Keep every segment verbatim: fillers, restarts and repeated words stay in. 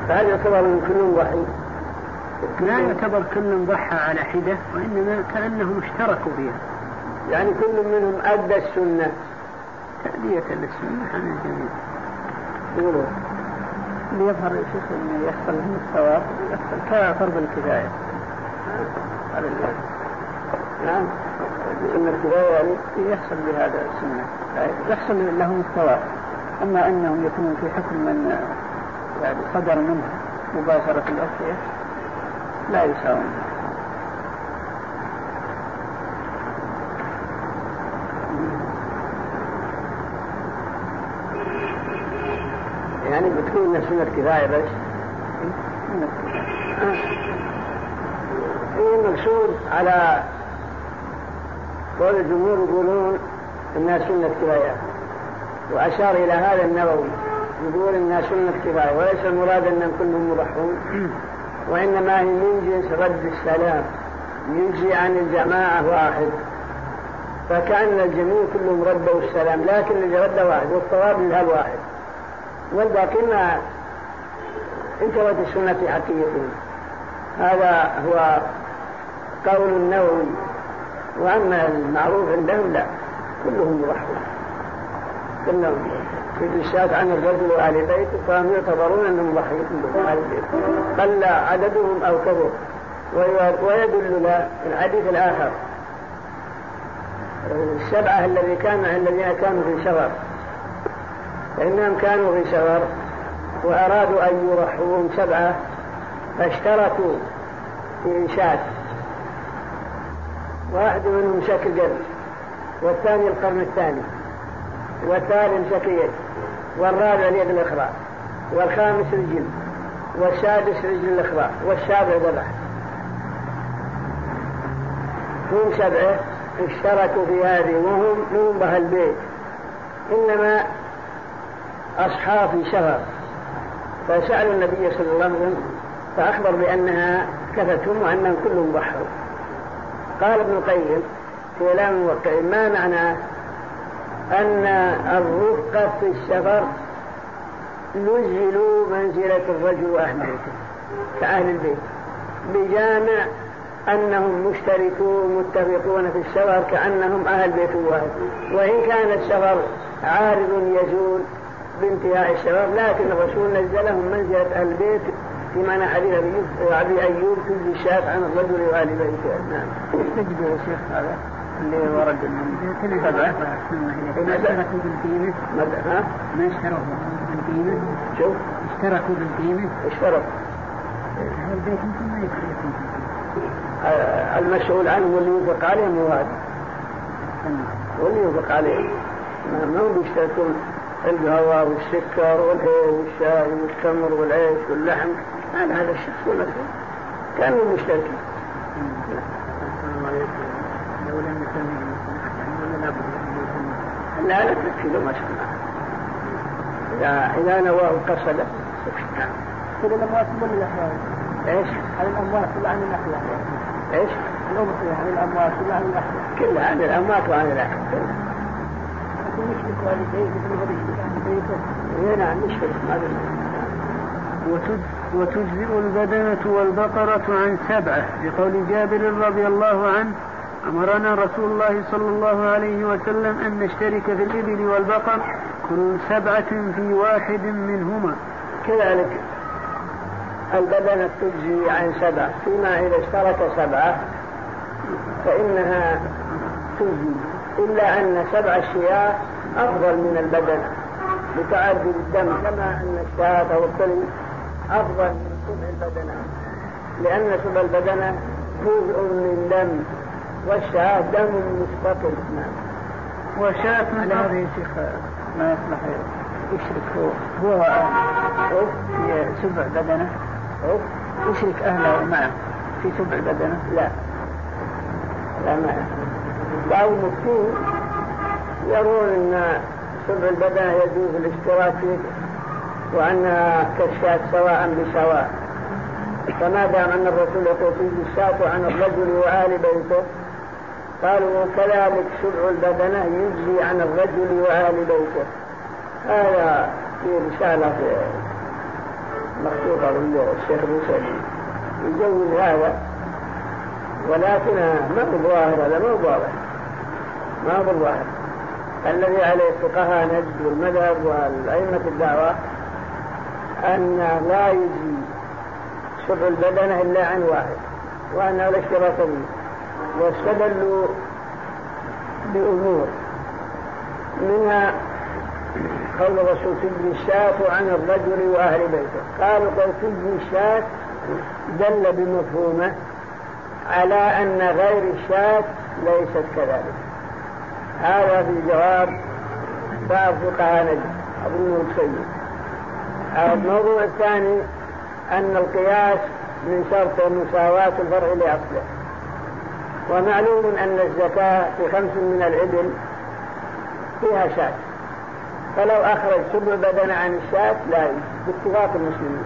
فهل يعتبر من كل ضحي؟ لا يعتبر كل ضحى على حدة، وإنما كأنهم اشتركوا فيها، يعني كل منهم أدى السنة تأدية للسنة عن الجميع. يقولوا ليظهر الشيخ أن يحصل لهم الثواب، يحصل كفرض الكفاية. هذا اللي نعم سنة الكفاية يعني يحصل بهذا السنة، يحصل لهم الثواب. أما أنهم يكونوا في حكم من يعني صدر منه مباشرة الأشياء لا يساوون. يعني بتكون سنة كفاية بس. هي المقصود على قول الجمهور يقولون إنها سنة كفاية، وأشار إلى هذا النووي يقول إنها سنة كفاية، وليس المراد أنهم كلهم مضحون، وإنما هي من جنس رد السلام يجي عن الجماعة واحد، فكأن الجميع كلهم ردوا السلام، لكن اللي رد واحد والصواب لها الواحد، والباقي ما انتهت السنة في حقيقته. هذا هو قول النووي. وأما المعروف عندهم لا، كلهم مضحون، كلهم في الإشهاد عن الرجل وآل بيته، فهم يعتبرون أنهم مضحيون كلهم آل بيته، قل عددهم أو كبر. ويدل الحديث الآخر السبعة الذين كانوا الذين كانوا في سفر، فإنهم كانوا في سفر وأرادوا أن يرحوهم سبعة، فاشتركوا في إنشاد، واحد منهم شكل جد، والثاني القرن الثاني، والثالث شكل يد، والرابع اليد الأخرى، والخامس رجل، والسادس رجل الأخرى، والسابع ذبح. هم سبعة اشتركوا في هذه، وهم من به البيت، إنما أصحاب في سفر، فسألوا النبي صلى الله عليه وسلم فأخبر بأنها كفتهم وأنهم كلهم ضحوا. قال ابن القيم في كلام الموقع ما معنى أن الرفقة في السفر نزلوا منزلة الرجل وأهل بيته كأهل البيت، بجامع أنهم مشتركون متفقون في السفر كأنهم أهل بيت واحد، وإن كان السفر عارض يزول بانتهاء السفر، لكن الرسول نزلهم منزلة أهل البيت في معنى حديث أبي أيوب في الشاف عن الرجل وآل بيته. نعم. تجد يا شيخ هذا اللي ورد من كل سبعة ما اشتركوا بالقيمة، ما اشتركوا بالقيمة، شوف اشتركوا بالقيمة، اشتركوا أهل البيت يمكن ما يشتركون المسؤول عنه واللي ينفق عليهم هو هذا، واللي ينفق عليهم ما هم بيشتركون القهوة والسكر والعيش والشاي والتمر والعيش واللحم، هذا هذا الشخص والمسؤول كانوا مشتركين. لو لم يكن لا لا تكفي له ما شاء الله، إذا إذا نواه قصده. كل الأموات من الأحياء إيش؟ هذه الأموات كلها عن الأحياء. إيش؟ الأموات عن الأموات كلها عن الأحياء. كلها عن الأموات وعن الأحياء. لكن مشرك والديه مثل ما بيشرك عن بيته. نعم مشرك ما وتجزئ البدنة والبقرة عن سبعة، بقول جابر رضي الله عنه أمرنا رسول الله صلى الله عليه وسلم أن نشترك في الإبل والبقر كل سبعة في واحد منهما. كذلك البدنة تجزي عن سبعة، فيما إذا اشترك سبعة فإنها تجزي، إلا أن سبع الشياه أفضل من البدنة لتعدد الدم، كما أن الشاة والكلب أفضل من سبع البدنة، لأن سبع البدنة جزء من دم، والشاة دم مستقل. وشاة مثل هذه يا شيخ ما يصلح يشرك هو هو في سبع بدنة، يشرك أهله معه في سبع بدنة؟ لا لا ما بعض المفتين يرون أن سبع البدنة يجوز الاشتراك فيه، وأنها كالشاة سواء بسواء، فما دام أن الرسول يقول فيه الشاة عن الرجل وآل بيته، قالوا كذلك سبع البدنة يجزي عن الرجل وآل بيته. هذا في رسالة مخطوطة بالشيخ المسلم يجوز هذا، ولكن ما هو ظاهر، هذا ما هو واضح، ما هو ظاهر. الذي عليه فقهاء نجد والمذهب والأئمة الدعوة أن لا يجي شبع البدنة إلا عن واحد، وأنه لا اشتراك به، واستدلوا بأمور منها قول الرسول تجني الشاة عن الرجل وأهل بيته، قالوا قول تجني الشاة دل بمفهومه على أن غير الشاة ليست كذلك. هذا في جواب بعض فقهاء نجد أظنه السيد. الموضوع الثاني أن القياس من شرط مساواة الفرع لأصله، ومعلوم أن الزكاة في خمس من الإبل فيها شاة، فلو أخرج سبع بدن عن الشاة لا يجوز باتفاق المسلمين،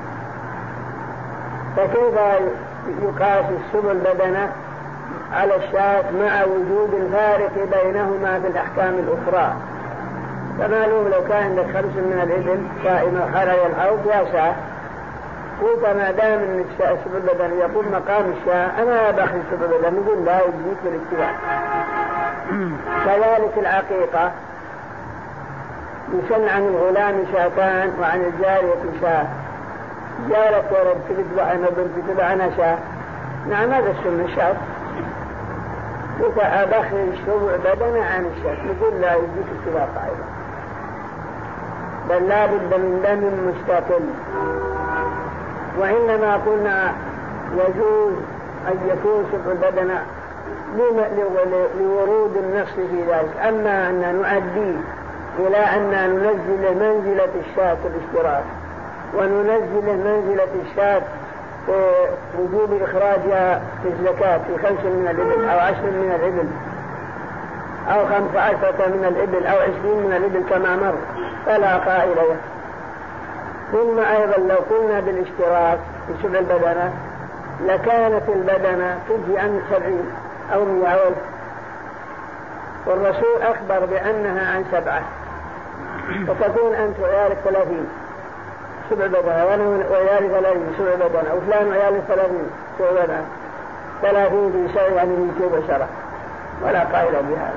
فكيف يقاس السبع البدنة على الشاة مع وجود الفارق بينهما في الأحكام الأخرى؟ فمعلوم لو كان عندك خمس من الإبل قائمة حرى الحوض يا شاة، قلت ما دام ان الشاة سبع بدن يقول مقام الشاة انا باخذ سبع بدن، نقول لا يجيك بالاتباع. كذلك العقيقة يسن عن الغلام شاتان وعن الجارية شاة، جارة ولد تتبع انا بنت تتبع انا شاة، نعم هذا السنة شاة، قلت ابخذ سبع بدن عن الشاة، نقول لا يجيك اتباع ايضا، بل لا بد من دم مستقل. وإنما قلنا يجوز أن يكون سبع بدنة لورود النص في ذلك، أما أن نؤدي إلى أن ننزل منزلة الشاة الاشتراك وننزل منزلة الشاة في وجوب إخراجها في الزكاة في خمس من الإبل أو عشر من الإبل أو خمس عشرة من الإبل أو عشرين من الإبل كما مر، فلا قائل له. ثم أيضا لو قلنا بالاشتراك في سبع البدنة لكانت البدنة تجي عن سبعين أو مئة ألف، والرسول أخبر بأنها عن سبعة، فتكون أنت وعيالك ثلاثين سبع بدنة وأنا وعيالي ثلاثين سبع بدنة وفلان وعيالي ثلاثين سبع بدنة، ثلاثين في شيء يعني مئتين وشرة، ولا قائل بهذا.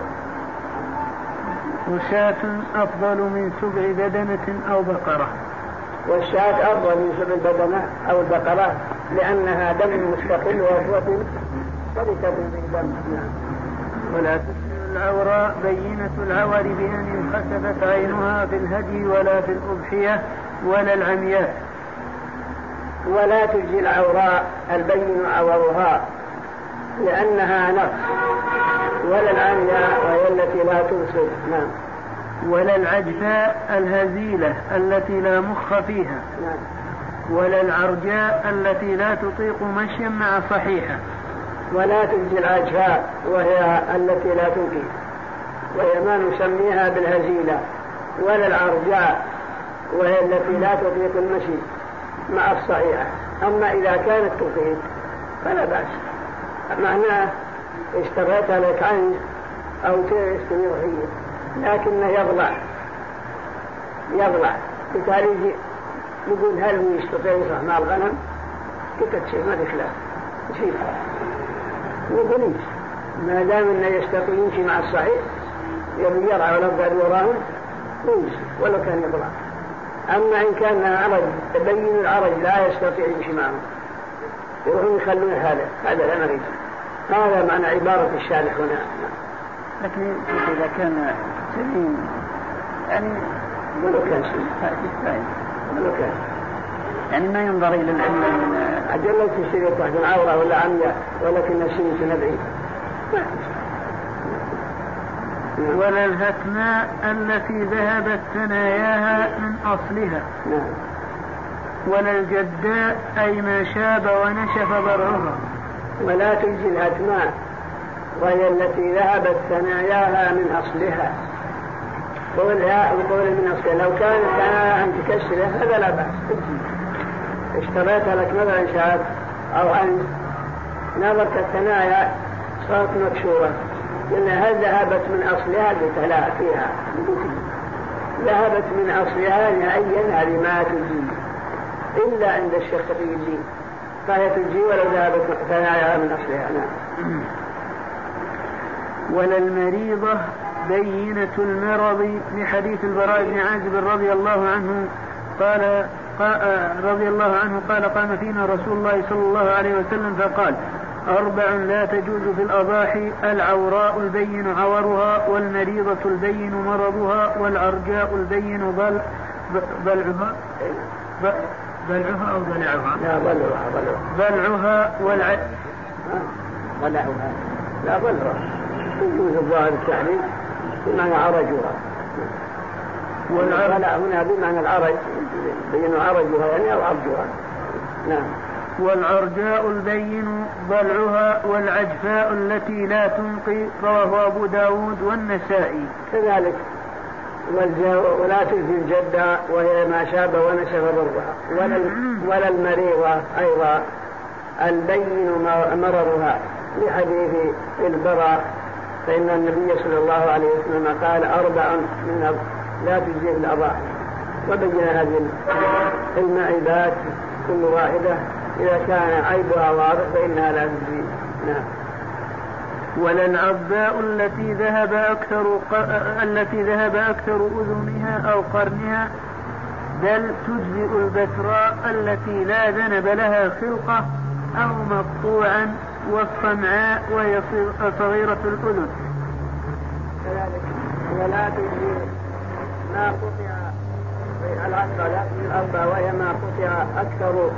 وشاة أفضل من سبع بدنة أو بقرة، والشاة أفضل من سبع البدنة أو البقرة لأنها دم مستقل وقوة شركة بالدم. ولا تسمع العوراء بينة العور بأن انخسفت عينها في الهدي ولا في الأضحية ولا العمياء. ولا تجزي العوراء البين عورها لأنها نقص، ولا العمياء وهي التي لا تبصر. نعم. ولا العجفاء الهزيلة التي لا مخ فيها. نعم. ولا العرجاء التي لا تطيق مشيا مع صحيحة. ولا تجزي العجفاء وهي التي لا تطيق، وهي ما نسميها بالهزيلة. ولا العرجاء وهي التي لا تطيق المشي مع الصحيحة. أما إذا كانت تطيق فلا بأس، معناه اشتريت لك عنز أو تستمر فيه لكنه يضلع يضلع بتالي نقول هل هو يستطيع يصح مع الغنم؟ كتت شيء ما دخله شيء نقول ما دام انه يستطيع يمشي مع الصحيح يبي يرعى ولا يبقى وراهم يمشي ولو كان يضلع. أما إن كان عرج تبين العرج لا يستطيع يمشي معهم يروحون يخلون هذا هذا لا نريد. هذا معنى عبارة الشارح هنا. لكن إذا كان سليم يعني ولو كان سليم ولو كان يعني ما ينظر إلى العلم أجل لك تشتري واحد عورة ولا عمياء ولكن السليم سنبعي. ولا الهتماء التي ذهبت ثناياها من أصلها. نعم. ولا الجداء أي ما شاب ونشف برعها. ولا تجزي الهتماء وهي التي ذهبت ثناياها من أصلها. قولها وقول من أصلها لو كانت ثناياها أن تكسره هذا لا بأس. اشتريت لك مثلا شاب أو أن نظرت الثنايا صارت مكسورة قلنا هل ذهبت من أصلها لتلا فيها ذهبت من أصلها نهائيا هذه ما تجي إلا عند الشيخ تقي الدين، فهي تجزي ولو ذهبت ثناياها من أصلها. نعم. ولا المريضة بينة المرض لحديث البراء بن عازب رضي الله عنه قال رضي الله عنه قال قام فينا رسول الله صلى الله عليه وسلم فقال أربع لا تجوز في الأضاحي: العوراء البين عورها، والمريضة البين مرضها، والعرجاء البين ضل ضلعها ضلعها أو ضلعها لا ضلعها ضلعها والع ضلعها لا ضلعها يجوز الظاهر التعليل بمعنى عرجها، والعرج هنا بمعنى العرج بين عرجها يعني أو عرجها. نعم. والعرجاء البين ضلعها، والعجفاء التي لا تنقي، رواه أبو داود والنسائي. كذلك ولا تجزي الجدة وهي ما شاب ونشف ضربها، ولا, ولا المريضة أيضا البين مرضها لحديث البراء، فإن النبي صلى الله عليه وسلم قال أربع من لا تجزي الأضاحي، وبين هذه المعيبات كل واحدة إذا كان عيبها واضح فإنها لا تجزي. نعم. ولا العضاء التي ذهب أكثر التي ذهب أكثر أذنها أو قرنها، بل تجزئ البتراء التي لا ذنب لها خلقة أو مقطوعا، والصمعاء وهي صغيرة الأذن. كذلك ولا تجزي ما قطع العضة لا تجزي الأربع وهي ما قطع أكثر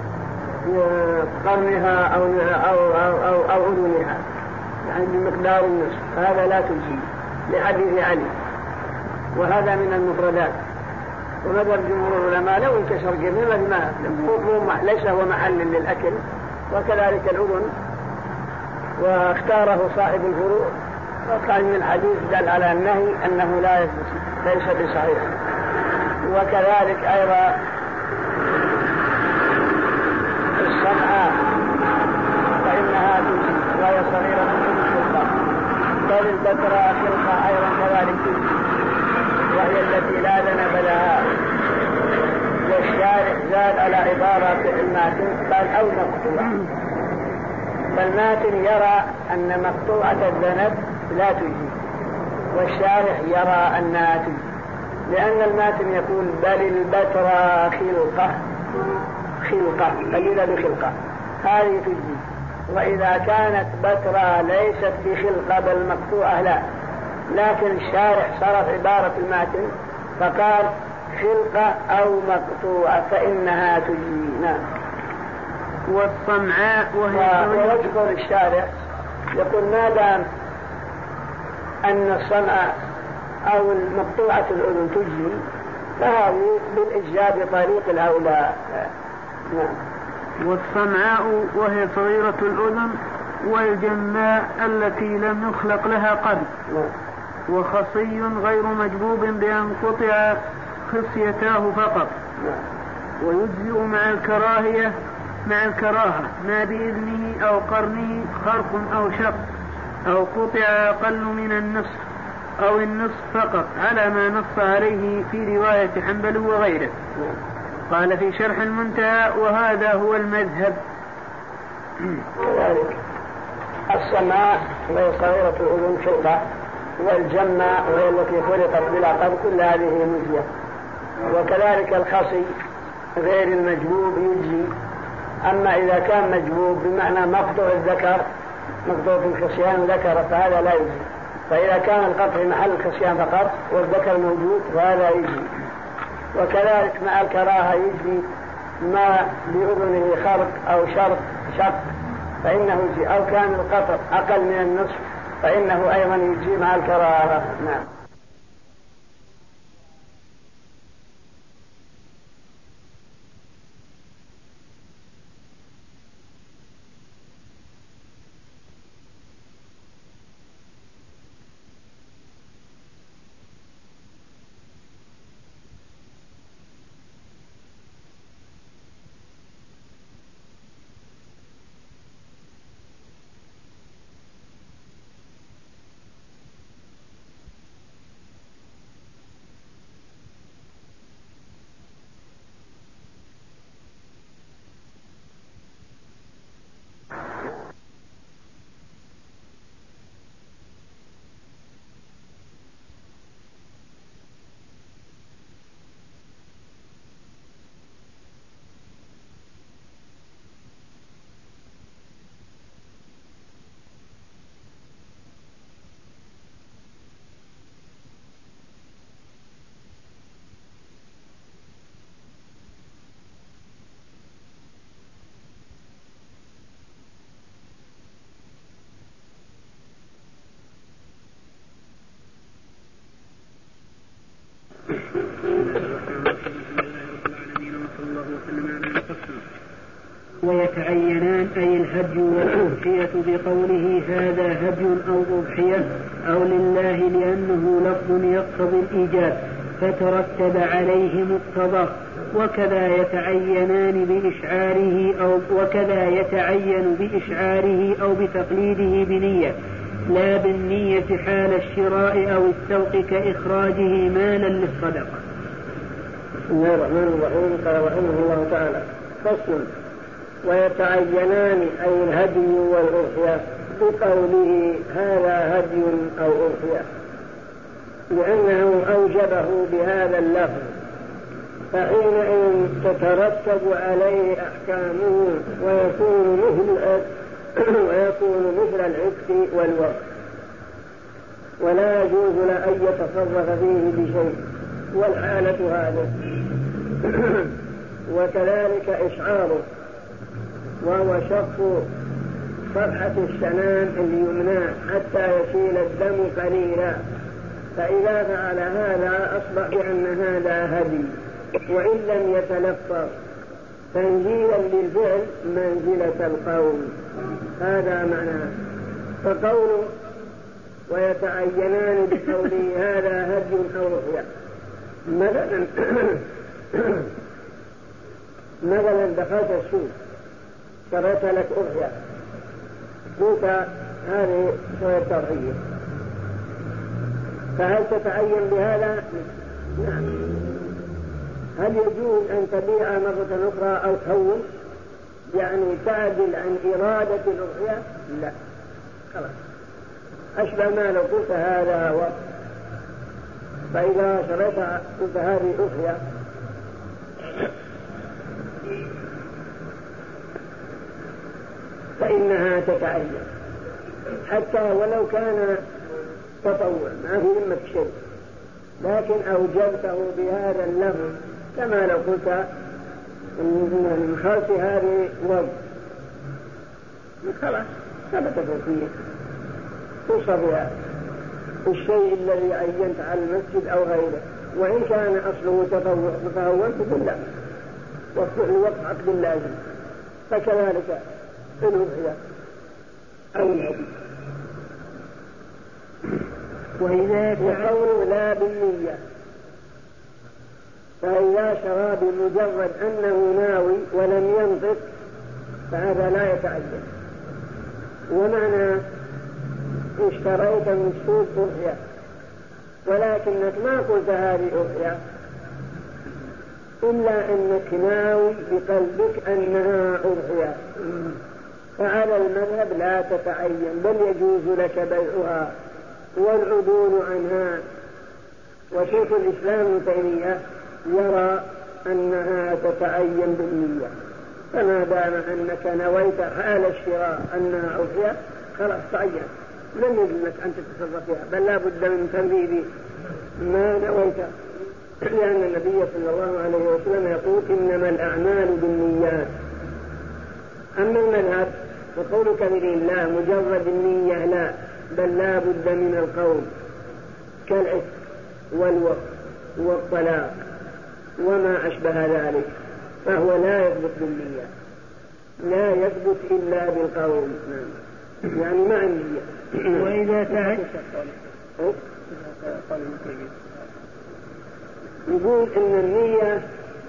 قرنها أو أو أو أو, أو أذنها، يعني بمقدار النصف، هذا لا تجزي لحديث علي، وهذا من المفردات. ومذهب جمهور العلماء لو انكسر جبنه ما ليس هو محل للأكل، وكذلك الأذن. واختاره صاحب الفروع وكان من الحديث دل على النهي أنه لا ليس بصحيح. وكذلك أيضا الصمعاء فإنها تجزي وهي صغيرة من الخلقة، بل البتراء خلقة أيضا كذلك تجزي وهي التي لا ذنب لها. والشارع زاد على عبارة الماتن قال أو مقطوعة، فالماتن يرى أن مقطوعة الذنب لا تجزي، والشارع يرى أنها تجزي، لأن الماتن يقول بل البتراء خلقة خلقة قليلة بخلقة هذه تجزي. وإذا كانت بتراء ليست بخلقة بل مقطوعة لا، لكن الشارع صرف عبارة الماتن فقال خلقة أو مقطوعة فإنها تجزي. نعم. والصمعاء وهي ويذكر الشارع يقول ما دام أن الصمع أو المقطوعة الأذن تجزي فهذه بالإجزاء بطريق الأولى. نعم. والصمعاء وهي صغيرة الأذن، والجماء التي لم يخلق لها قرن، وخصي غير مجبوب بأن قطع خصيتاه فقط. ويجزئ مع الكراهية مع الكراهة ما بإذنه أو قرنه خرق أو شق، أو قطع أقل من النصف أو النصف فقط، على ما نص عليه في رواية حنبل وغيره. قال في شرح المنتهى وهذا هو المذهب. كذلك السماء وهي صغيرة الأذن خلقة، والجمة وهي التي خلقت بلا قرن، كل هذه مجزية. وكذلك الخصي غير المجبوب يجزي، أما إذا كان مجبوب بمعنى مقطوع الذكر مقطوع الخصيان ذكر فهذا لا يجزي، فإذا كان القطع محل الخصيان فقط والذكر موجود فهذا يجزي. وكذلك مع الكراهة يجزي ما بأذنه خرق أو شرق شق فإنه يجزي، أو كان القطع أقل من النصف فإنه أيضا يجزي مع الكراهة. نعم. ويتعينان أي الهدي والأضحية بقوله هذا هدي أو أضحية أو لله لأنه لفظ يقتضي الإيجاب فترتب عليه مقتضى. وكذا يتعينان بإشعاره أو وكذا يتعين بإشعاره أو بتقليده بنية لا بالنية حال الشراء أو السوق كإخراجه مالا للصدقة. بسم الله الرحمن الرحيم. قال رحمه الله تعالى فصل ويتعينان أي الهدي والأضحية بقوله هذا هدي أو أضحية لأنه أوجبه بهذا اللفظ فحينئذ تترتب عليه أحكامه ويكون مثل ويكون مثل العتق والوقف ولا يجوز له أن يتصرف فيه بشيء والحالة هذا. وكذلك إشعاره وهو شق صفحة السنام اليمنى حتى يسيل الدم قليلا فإذا فعل هذا أصبح بأن هذا هدي وإن لم يتلفظ تنزيلا للفعل منزلة القول. هذا معناه. فقوله ويتعينان بقوله هذا هدي أو أضحية مثلا مثلا دخلت السوق شريت لك أضحية قلت هذه شوية تضحية فهل تتعين بهذا؟ نعم. هل يجوز أن تبيع مرة أخرى أو تهون يعني تعدل عن إرادة الأضحية؟ لا خلاص أشبه ما لو قلت هذا وقت فإذا شريت قلت هذه أضحية فإنها تتعين حتى ولو كان تطوع ما في ذمة شيء لكن أوجبته بهذا اللفظ كما لو قلت من خلف هذه وضع خلاص ثبت فيه توصى بها الشيء الذي عينت على المسجد أو غيره وإن كان أصله تطوع فتهونت بالله والوقت عقد اللازم فكذلك الأضحية أو الهدي. وإذا وقول لا بالنية فإذا شرى بمجرد أنه ناوي ولم ينطق فهذا لا يتعين. ومعنى اشتريت من السوق أضحية ولكنك ما قلت هذه أضحية إلا أنك ناوي بقلبك أنها أضحية فعلى المذهب لا تتعين بل يجوز لك بيعها والعدول عنها. وشيخ الإسلام ابن تيمية يرى أنها تتعين بالنية فما دام أنك نويت حال الشراء أنها أضحية خلاص تعين لم يجوز لك أن تتصرف فيها بل لا بد من تنفيذ ما نويت لأن النبي صلى الله عليه وسلم يقول إنما الأعمال بالنيات. أما المذهب فقول كبير الله مجرد النية لا بل لا بد من القول كالعتق والوقف والطلاق وما أشبه ذلك فهو لا يثبت بالنية لا يثبت إلا بالقول يعني مع النية. وإذا تعد يقول إن النية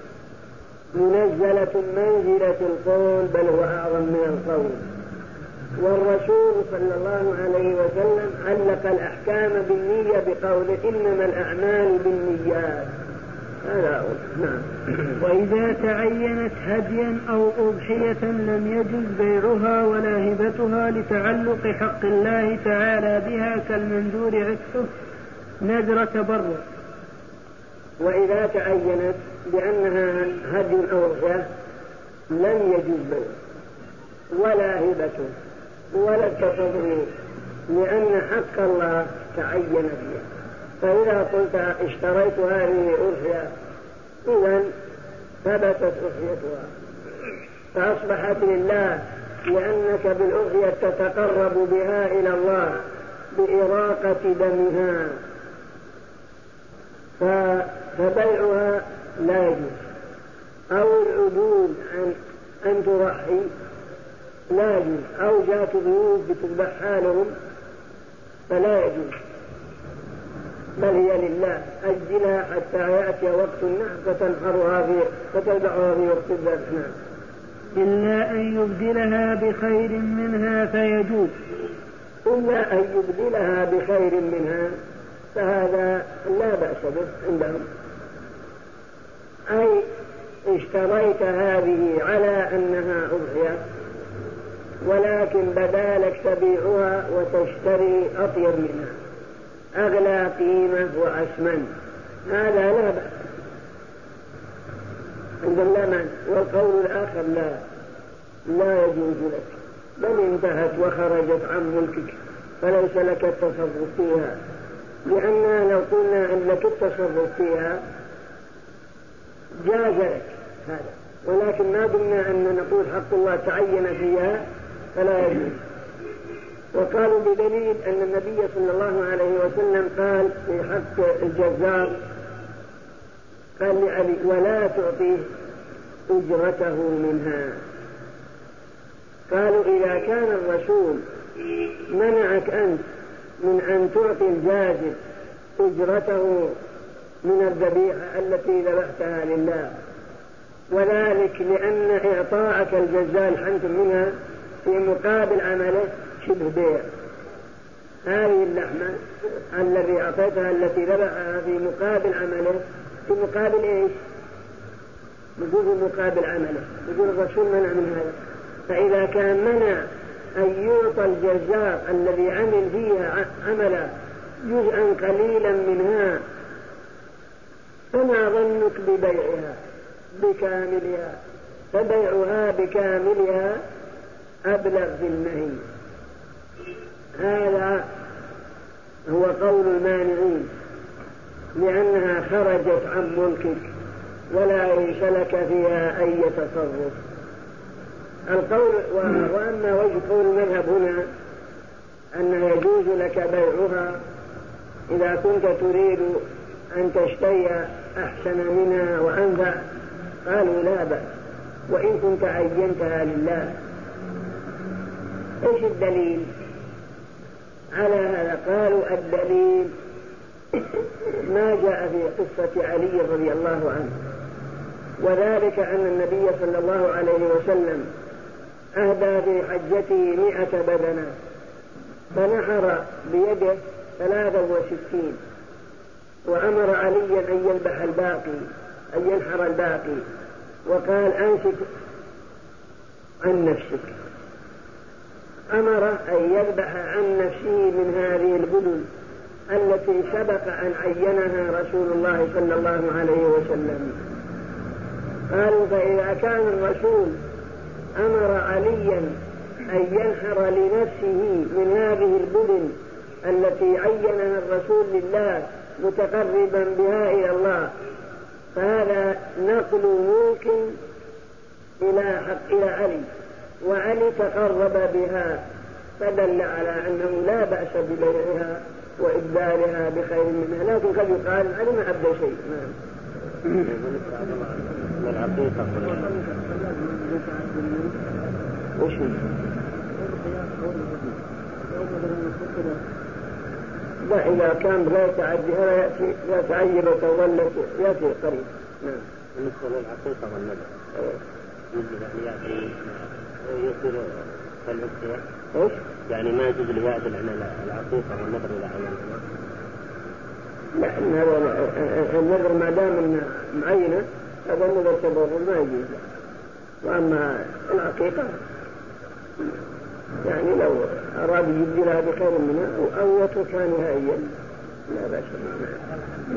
منزلة منزلة القول بل هو أعظم من القول. والرسول صلى الله عليه وسلم علق الأحكام بالنية بقوله إنما الأعمال بالنيات. هذا هو. نعم. وإذا تعينت هديا أو أضحية لم يجوز بيعها ولا هبتها لتعلق حق الله تعالى بها كالمنذور عتقه نذر تبرع. وإذا تعينت بأنها هدي أو أضحية لم يجوز بيعها ولا هبته ولا التصرف لأن حق الله تعين فيها. فإذا قلت اشتريت هذه أضحية إذن ثبتت أضحيتها فأصبحت لله لأنك بالأضحية تتقرب بها إلى الله بإراقة دمها فبيعها لا يجوز. أو العدول عن أن تضحي لا يجوز، أو جاءت ضيوف بتذبح حالهم فلا يجوز، بل هي لله، أجلها حتى يأتي وقت النحر فتنحرها في فتذبحها في وقت الذبح. إلا أن يبدلها بخير منها فيجوز. إلا أن يبدلها بخير منها فهذا لا بأس به عندهم، أي اشتريت هذه على أنها أضحية ولكن بدالك تبيعها وتشتري أطيب منها أغلى قيمة وأسمن، هذا لا بأس عند اللمن. والقول الآخر لا لا يجوز لك، بل انتهت وخرجت عن ملكك فليس لك التصرف فيها، لأننا لو قلنا أن لك التصرف فيها جاز لك هذا، ولكن ما قلنا أن نقول حق الله تعين فيها فلا يجوز. وقالوا بدليل أن النبي صلى الله عليه وسلم قال في حق الجزار قال لعلي ولا تعطيه أجرته منها. قالوا إذا كان الرسول منعك أنت من أن تعطي الجازر أجرته من الذبيحة التي ذبحتها لله، وذلك لأن إعطاءك الجزال حنت منها في مقابل عمله شبه بيع، هذه اللحمة الذي أعطيتها التي ذبحها في مقابل عمله في مقابل إيش؟ يقول في مقابل عمله، يقول الرسول منع من هذا. فإذا كان منع أن يعطى الجزار الذي عمل فيها عملا جزءا قليلا منها، فما ظنك ببيعها بكاملها؟ فبيعها بكاملها أبلغ في النهي. هذا هو قول المانعين، لأنها خرجت عن ملكك ولا ليس لك فيها أي تصرف. القول وأما وجه قول المذهب هنا أن يجوز لك بيعها إذا كنت تريد أن تشتري أحسن منها وأنفع، قالوا لا بأس وإن كنت عينتها لله. إيش الدليل على هذا؟ قالوا الدليل ما جاء في قصة علي رضي الله عنه، وذلك أن النبي صلى الله عليه وسلم أهدى في حجته مئة بدنة فنحر بيده ثلاثة وستين، وأمر عليا أن يذبح الباقي أن ينحر الباقي، وقال أمسك عن نفسك، أمر أن يذبح عن نفسه من هذه البدن التي سبق أن عينها رسول الله صلى الله عليه وسلم. قالوا فإذا كان الرسول أمر عليا أن ينحر لنفسه من هذه البدن التي عينها الرسول لله متقربا بها إلى الله، فهذا نقل ملك إلى حق إلى علي، وعلي تقرب بها، فدل على أنه لا بأس ببيعها وإبدالها بخير منها، لكن قد يقال علي ما أبدى شيء. العقيقة وش لا إذا كان بغير تعدي هذا يأتي لا تعيب وتولت يأتي قريب. نعم. بالنسبة للعقيقة والنذر يجب أن يأتي يصير كالأضحية؟ إيش؟ يعني ما يجوز ليعدل عن العقيقة والنذر إلى عينهما؟ لا، النذر ما دام إنه معينة هذا النذر تبرر ما يجوز. وأما العقيقة يعني لو أراد يبدلها بخير منها أو يتركها نهائيا لا بأس منها.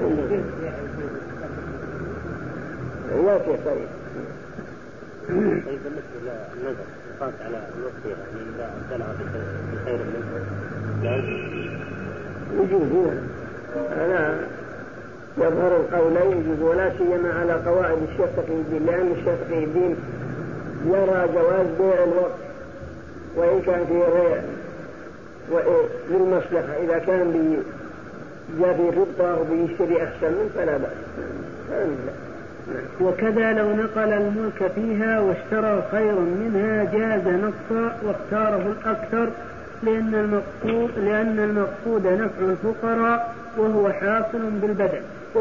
ياتي طيب. طيب بالنسبة للنذر يقاس على الوصية، يعني إذا أبدلها بخير منها لا يجوز هنا. أنا يظهر القولين يجوز، ولا سيما على قواعد الشيخ تقي الدين، لأن الشيخ تقي الدين يرى جواز بيع الوقت وإن كان فيه ريع للمصلحة، إذا كان جاء في ربطة وبيشتري أحسن من فلا بأس. وكذا لو نقل الملك فيها واشترى خيرا منها جاز نقصا واختاره الأكثر لأن المقصود, لأن المقصود نفع الفقراء وهو حاصل بالبدن.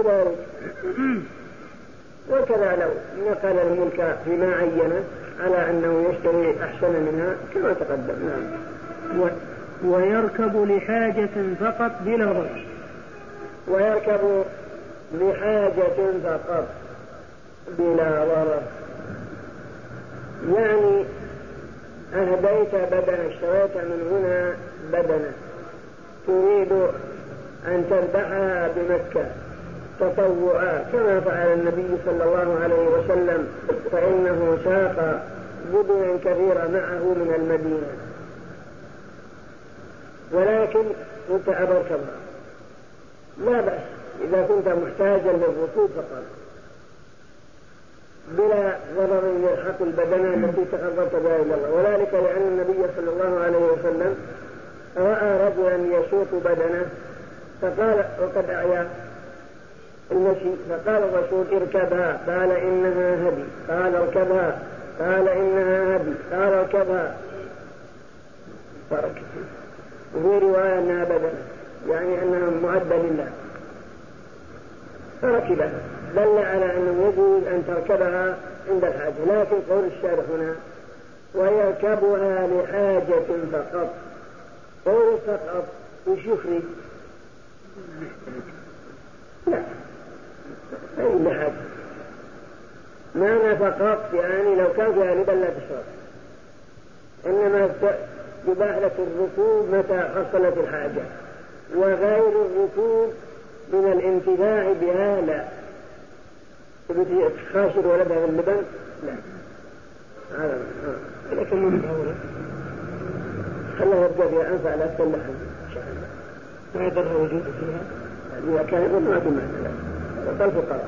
وكذا لو نقل الملك فيما عينه على أنه يشتري أحسن منها كما تقدم. نعم. و... ويركب لحاجة فقط بلا ضرر. ويركب لحاجة فقط بلا ضرر، يعني أهديت بدنا، اشتريت من هنا بدنا تريد أن تذبحها بمكة تطوعا كما فعل النبي صلى الله عليه وسلم، فإنه ساق بدنا كثيرة معه من المدينة، ولكن كنت أركبها لا بأس إذا كنت محتاجا للركوب فقط بلا ضرر يلحق البدنة التي تقربت بها إلى الله، وذلك لأن النبي صلى الله عليه وسلم رأى رجلا يسوق بدنه فقال وقد أعيا المشي، فقال الرسول اركبها، قال إنها هدي، قال اركبها، قال إنها هدي، قال اركبها، فركب. وفي رواية أنها بدنة يعني أنها معدة لله فركبها، دل على أنه يجوز أن تركبها عند الحاجة، لكن قول الشارح هنا ويركبها لحاجة فقط، قول فقط وش يخرج؟ لا أي لحاجة، معنى فقط يعني لو كان فيها ربا لا تشرب، إنما يباح لك الركوب متى حصلت الحاجة، وغير الركوب من الانتفاع بها لا، تبتي تخاشر ولدها اللبن لا، هذا لكن من الأولى خلها يبقى فيها أنفع لا تسلحها إن شاء الله، ما يضر وجوده فيها إذا كان ما في معنى لا الفقراء.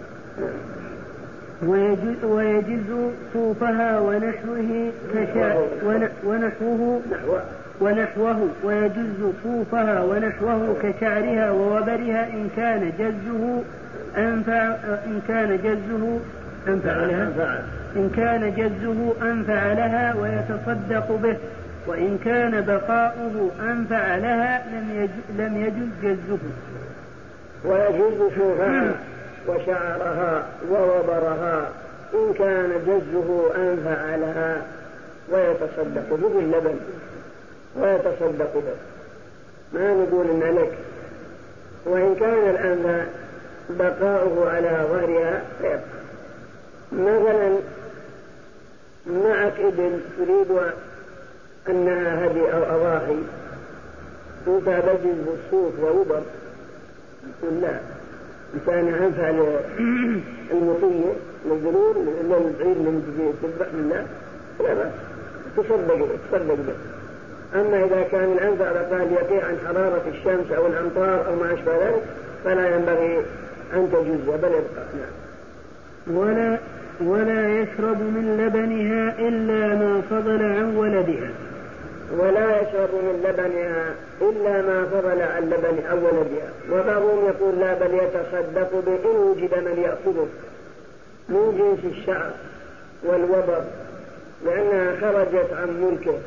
ويجز, ويجز صوفها ونحوه كشا ونحوه ونحوه ويجز صوفها ونحوه كشعرها ووبرها إن كان جزه أنفع إن كان جزه أنفع لها إن كان جزه أنفع لها ويتصدق به، وإن كان بقاؤه أنفع لها لم يجز, لم يجز جزه. ويجز صوفها وشعرها ووبرها إن كان جزه أنفع لها ويتصدق به اللبن ويتصدق به، ما نقول إن لك، وإن كان الأنفع بقاؤه على ظهرها فيبقى. مثلا معك إبل تريد أنها هدي أو أضاحي أنت بجز بالصوف ووبر، يقول لا كان أنفع للمطية للذلول للعيد من تذبح لله لا بأس تصدق تصدق به. أما إذا كان الأنفع بقى يقيع عن حرارة الشمس أو الأمطار أو ما أشبه ذلك فلا ينبغي أن تجزه بل يبقى. ولا ولا يشرب من لبنها إلا ما فضل عن ولدها. ولا يشرب من لبنها إلا ما فضل عن لبن أو ولدها. وبعضهم يقول لا بل يتصدق به إن وجد من يأخذه من جنس الشعر والوبر لأنها خرجت عن ملكه،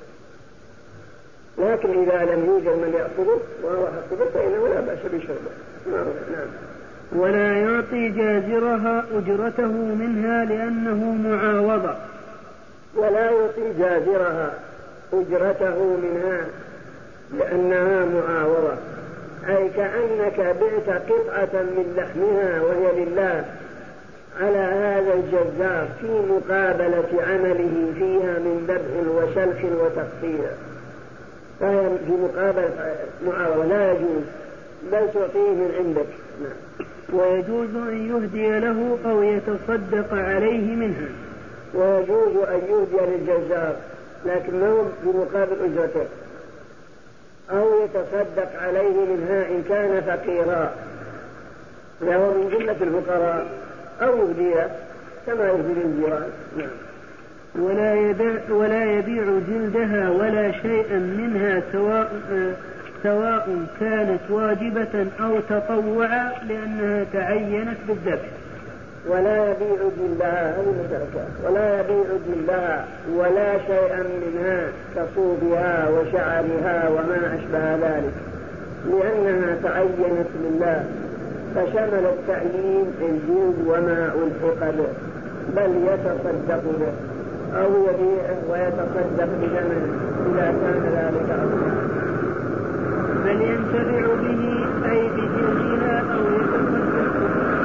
لكن إذا لم يوجد من يأخذه وهو حقه فإنه لا بأس بشربه. نعم. ولا يعطي جازرها أجرته منها لأنه معاوضة. ولا يعطي جازرها أجرته منها لأنها معاوضة، أي كأنك بعت قطعة من لحمها وهي لله على هذا الجزار في مقابلة عمله فيها من ذبح وشلخ وتقطيع، فهي في مقابلة معاوضة لا يجوز بل تعطيه من عندك. نعم. ويجوز أن يهدي له أو يتصدق عليه منها. ويجوز أن يهدي للجزار لكنه بمقابل أجرته أو يتصدق عليه منها إن كان فقيرا له من جملة الفقراء أو يهديه كما يهدي للجيران. نعم. ولا يبيع, ولا يبيع جلدها ولا شيئا منها سواء سواء كانت واجبة أو تطوعا لأنها تعينت بالذبح. ولا يبيع جلدها هذه المشاركات ولا يبيع جلدها ولا شيئا منها كصوبها وشعرها وما أشبه ذلك، لأنها تعينت لله، فشمل التعيين الجلد وما ألحق به، بل يتصدق به أو يبيعه ويتصدق بثمنه إذا كان ذلك أصلا. بل ينتفع به أي بجلدها أو يتصدق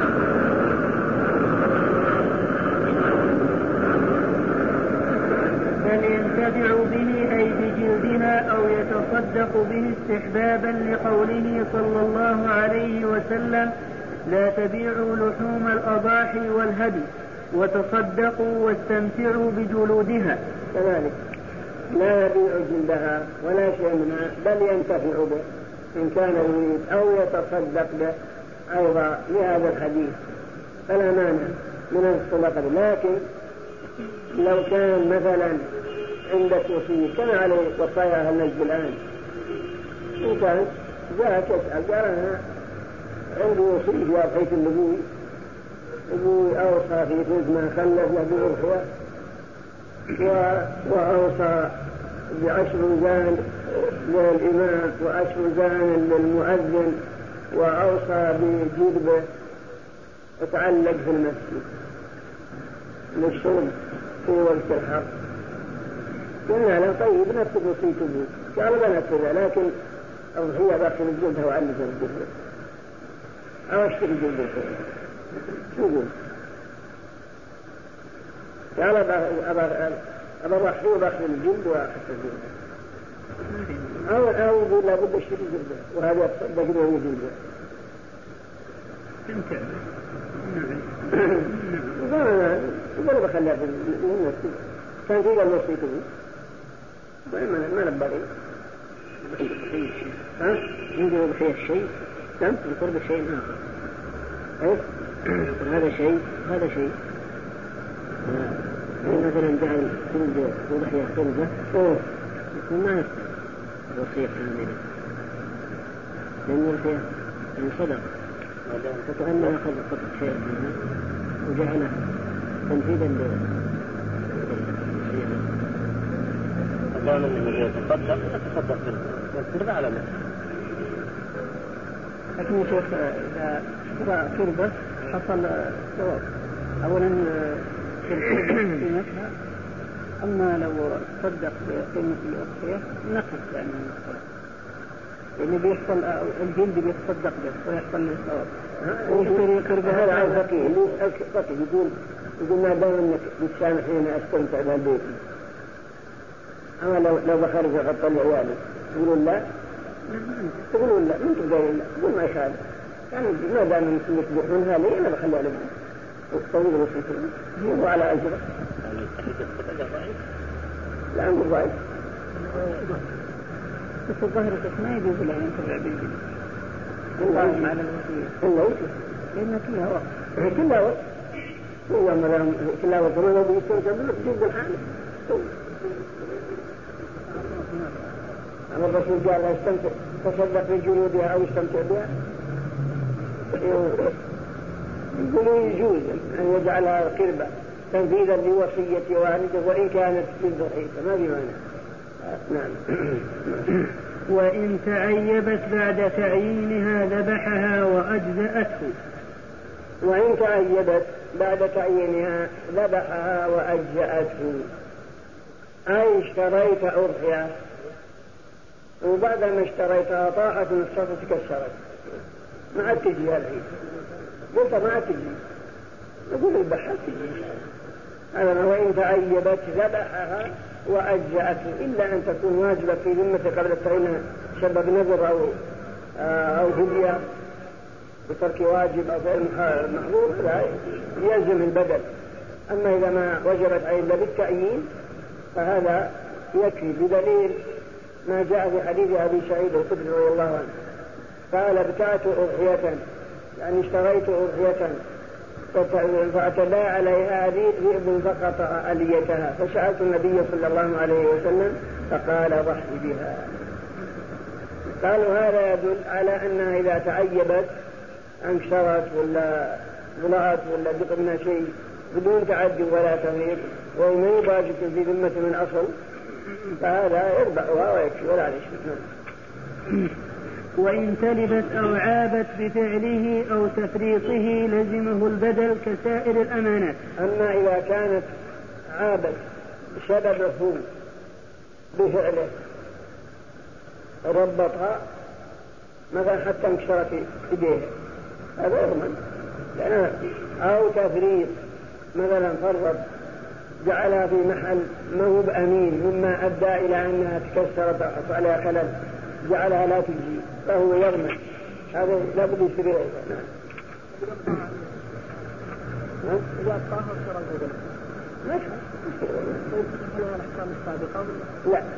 بل ينتفع به أي بجلدها أو يتصدق به استحبابا لقوله صلى الله عليه وسلم: لا تبيعوا لحوم الأضاحي والهدي وتصدقوا واستمتعوا بجلودها. كذلك لا يبيع جلدها ولا شيء منها، بل ينتفع به إن كان يريد أو يتصدق به أيضا لهذا الحديث، فلا مانع من الصدقة. لكن لو كان مثلا عندك وصية كان عليه وصايا النجد الآن، إن كان جاء تسأل قال أنا عندي وصية في أضحية النبوي، أبوي أوصى في جزء ما خلف له بأضحية وأوصى بعشر زان للإمام وعشر زان للمؤذن وأوصى بجذبه وتعلق في المسجد للشرب في وقت الحر. قلنا له طيب نفذ وصية أبوك، قال بنفذها، لكن أضحية باقي الجلدها وعلق الجلدة أو أشتري جلدة شو يقول؟ قال أبا أضحي وباخذ الجلد وأحط الجلد، أو أو يقول لابد أشتري جلدة وهذا يتصدق به جلدة. وأنا بخليها في الناس كان في قال وصيته ما ما نبغي ها يجي بخير شيء كم يقرب شيء آخر إيه هذا شيء هذا شيء مثلا جعل جلد وضحية قربة يكون ما يستطيع وصية كاملة لأن الوصية يعني صدق فكأنها قد قطع شيء منها وجعله تنفيذا للوصية. أقول أنه يتصدق يتصدق بالقربة على مثل، لكن يا شيخ إذا اشترى قربة حصل ثواب أولا في قيمتها، أما لو تصدق بقيمة الأضحية نقص يعني لأنه بيحصل الجلد بيتصدق به ويحصل له ثواب. ويشتري قربة هذا عن فقيه اللي يسأل فقيه يقول يقول ما دام إنك بتسامحين أستمتع بهالبيت، أما لو لو بخرج غطى لعيالي يقولون لا تقولون لا من تقولون لا تقول ما يخالف يعني ما دام إنك بيحونها لي أنا بخليها لك وطويل وصيته هو على أجره. لا أنقل ضعيف بس الظاهر ما يجوز له ينتبع بالجنة القائم على الوصية إلا وصية لأن كلها وقت كلها وقت هو مرام كلها وقت ما لو بيستمتع بالله بجيب الحالة. أما الرسول قال لا يستمتع تصدق بجلودها أو يستمتع بها يقولوا يجوز أن يجعلها قربة تنفيذا لوصية والده وإن كانت بالضحية ما بمعنى. نعم. وإن تعيبت بعد تعيينها ذبحها وأجزأته. وإن تعيبت بعد تعيينها ذبحها وأجزأته، أي اشتريت أضحية وبعد ما اشتريتها طاحت نصفها تكسرت ما عاد تجي العيد، قلت ما عاد تجي نقول البحث تجي هذا ما. وإن تعيبت ذبحها وأجزأته إلا أن تكون واجبة في ذمته قبل التعيين سبب نذر أو أو هدية بترك واجب أو فعل محظور لا يلزم البدل. أما إذا ما وجبت إلا بالتعيين فهذا يكفي بدليل ما جاء في حديث أبي سعيد الخدري رضي الله عنه قال ابتعت أضحية يعني اشتريت أضحية فاعتدى عليها ذئب فقطع أليتها فسألت النبي صلى الله عليه وسلم فقال ضحي بها. قالوا هذا يدل على أنها إذا تعيبت انكسرت ولا ضلعت ولا دقنا شيء بدون تعدي ولا تغيير وما يباشر في ذمة من أصل فهذا يربعها ويكفي ولا عليه شيء. وإن تلبت أو عابت بفعله أو تفريطه لزمه البدل كسائر الأمانات. أما إذا كانت عابت بسببه بفعله ربطها مثلا حتى انكسرت إيديها هذا يضمن، أو تفريط مثلا فرط جعلها في محل ما هو بأمين مما أدى إلى أنها تكسرت أو حصل عليها خلل جعلها لا تجي فهو يضمن، هذا لا بد يشتري نعم. إذا الطاهر شرع البدل لا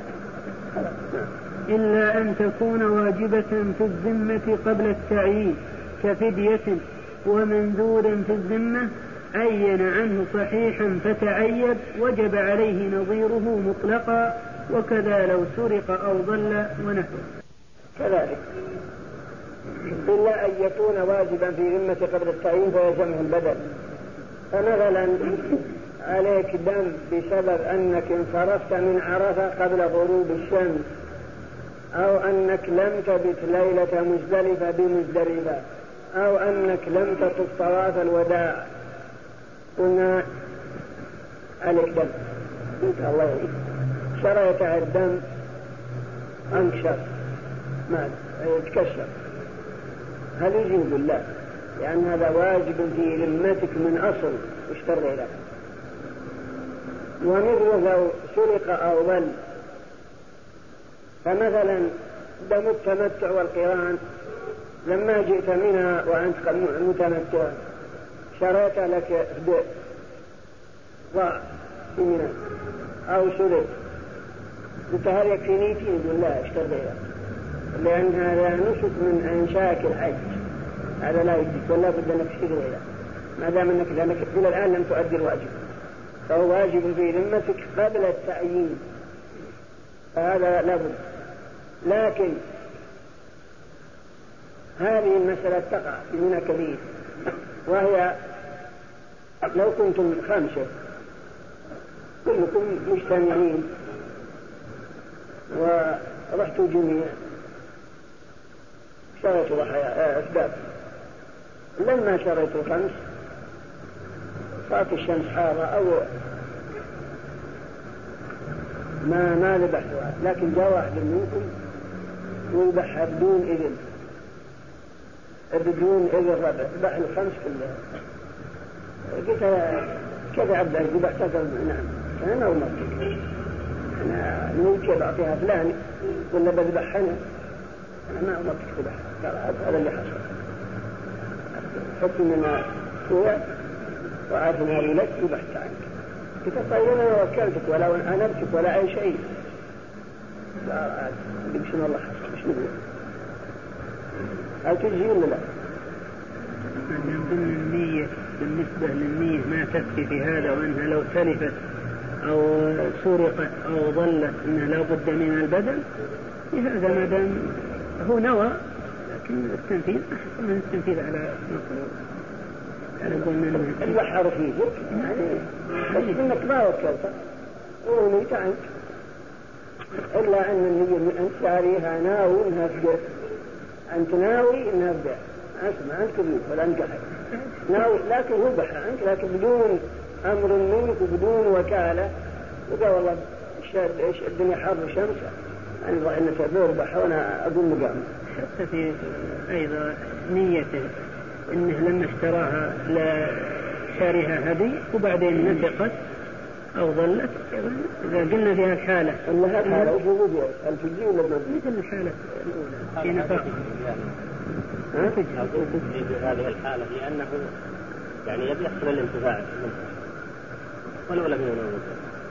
إلا أن تكون واجبة في الذمة قبل التعيين كفدية، ومنذور في الذمة عين عنه صحيحا فتعيب وجب عليه نظيره مطلقا، وكذا لو سرق أو ضل ونحوه. كذلك إلا أن يكون واجبا في ذمة قبل التعيين فيلزمه البدل. فمثلا عليك دم بسبب أنك انصرفت من عرفة قبل غروب الشمس، أو أنك لم تبت ليلة مزدلفة بمزدلفة، أو أنك لم تطف طواف الوداع، قلنا عليك دم الله يعيد شريت الدم انكشف ما يتكشف هل يجب لا، لأن هذا واجب في ذمتك من أصل اشتري لك. ومثل لو سرق أو ضل، فمثلا دم التمتع والقران لما جئت منها وأنت متمتع شريت لك ضاع في منى أو سرق قلت هل يكفي نيتي؟ يقول لا اشتري لك، لأن هذا نسك من أنساك الحج، هذا لا يجب ولا بد أنك تشتري له ما دام أنك لأنك إلى الآن لم تؤدي الواجب، فهو واجب في ذمتك قبل التعيين، فهذا لابد. لكن هذه المسألة تقع في منى كبير، وهي لو كنتم خمسة كلكم مجتمعين ورحتوا جميعا شريتوا ضحايا أسباب، لما شريتوا خمس صارت الشمس حارة أو ما ما ذبحتها، لكن جاء واحد منكم وذبحها بدون إذن بدون إذن ربع ذبح الخمس كلها. قلت كذا عبد الله ذبحتها؟ نعم. أنا أمرتك أنا ممكن أعطيها فلان ولا بذبحها أنا أنا ما أمرتك تذبحها، هذا اللي حصل. حكمنا هو وعافنا لك ذبحت عنك. قلت طيب أنا وكلتك ولا أنبتك ولا أي شيء، بسم الله حصل مش نقول هل تجي ولا لا؟ من ضمن النية بالنسبة للنية ما تكفي في هذا، وأنها لو تلفت أو سرقت أو ضلت أنها لا بد من البدل، هذا ما دام هو نوى، لكن التنفيذ أحسن من التنفيذ على مطلوب على ضمن البحر فيه يعني بس إنك ما وكلت ونيت عنك، إلا أن النية أنت شاريها ناوي إنها تبيع، أنت ناوي إنها تبيع أسمع أنت تبيع ولا أنت ناوي، لكن هو بحر عنك لكن بدون أمر منك وبدون وكالة، وقال والله الدنيا حر وشمس أنا أبغى أن تبيع بحر وأنا أقول مقام. حتى في أيضا نيته إنه لما اشتراها لا شاريها هدي وبعدين نفقت أو ظلت، إذا قلنا فيها الحالة أن هذا الحالة وش هو بيها؟ هل تجي ولا ما تجي؟ مثل الحالة الأولى في نفاق. ها؟ تجي في هذه الحالة لأنه يعني يبي يحصل الانتفاع منه ولو لم يكن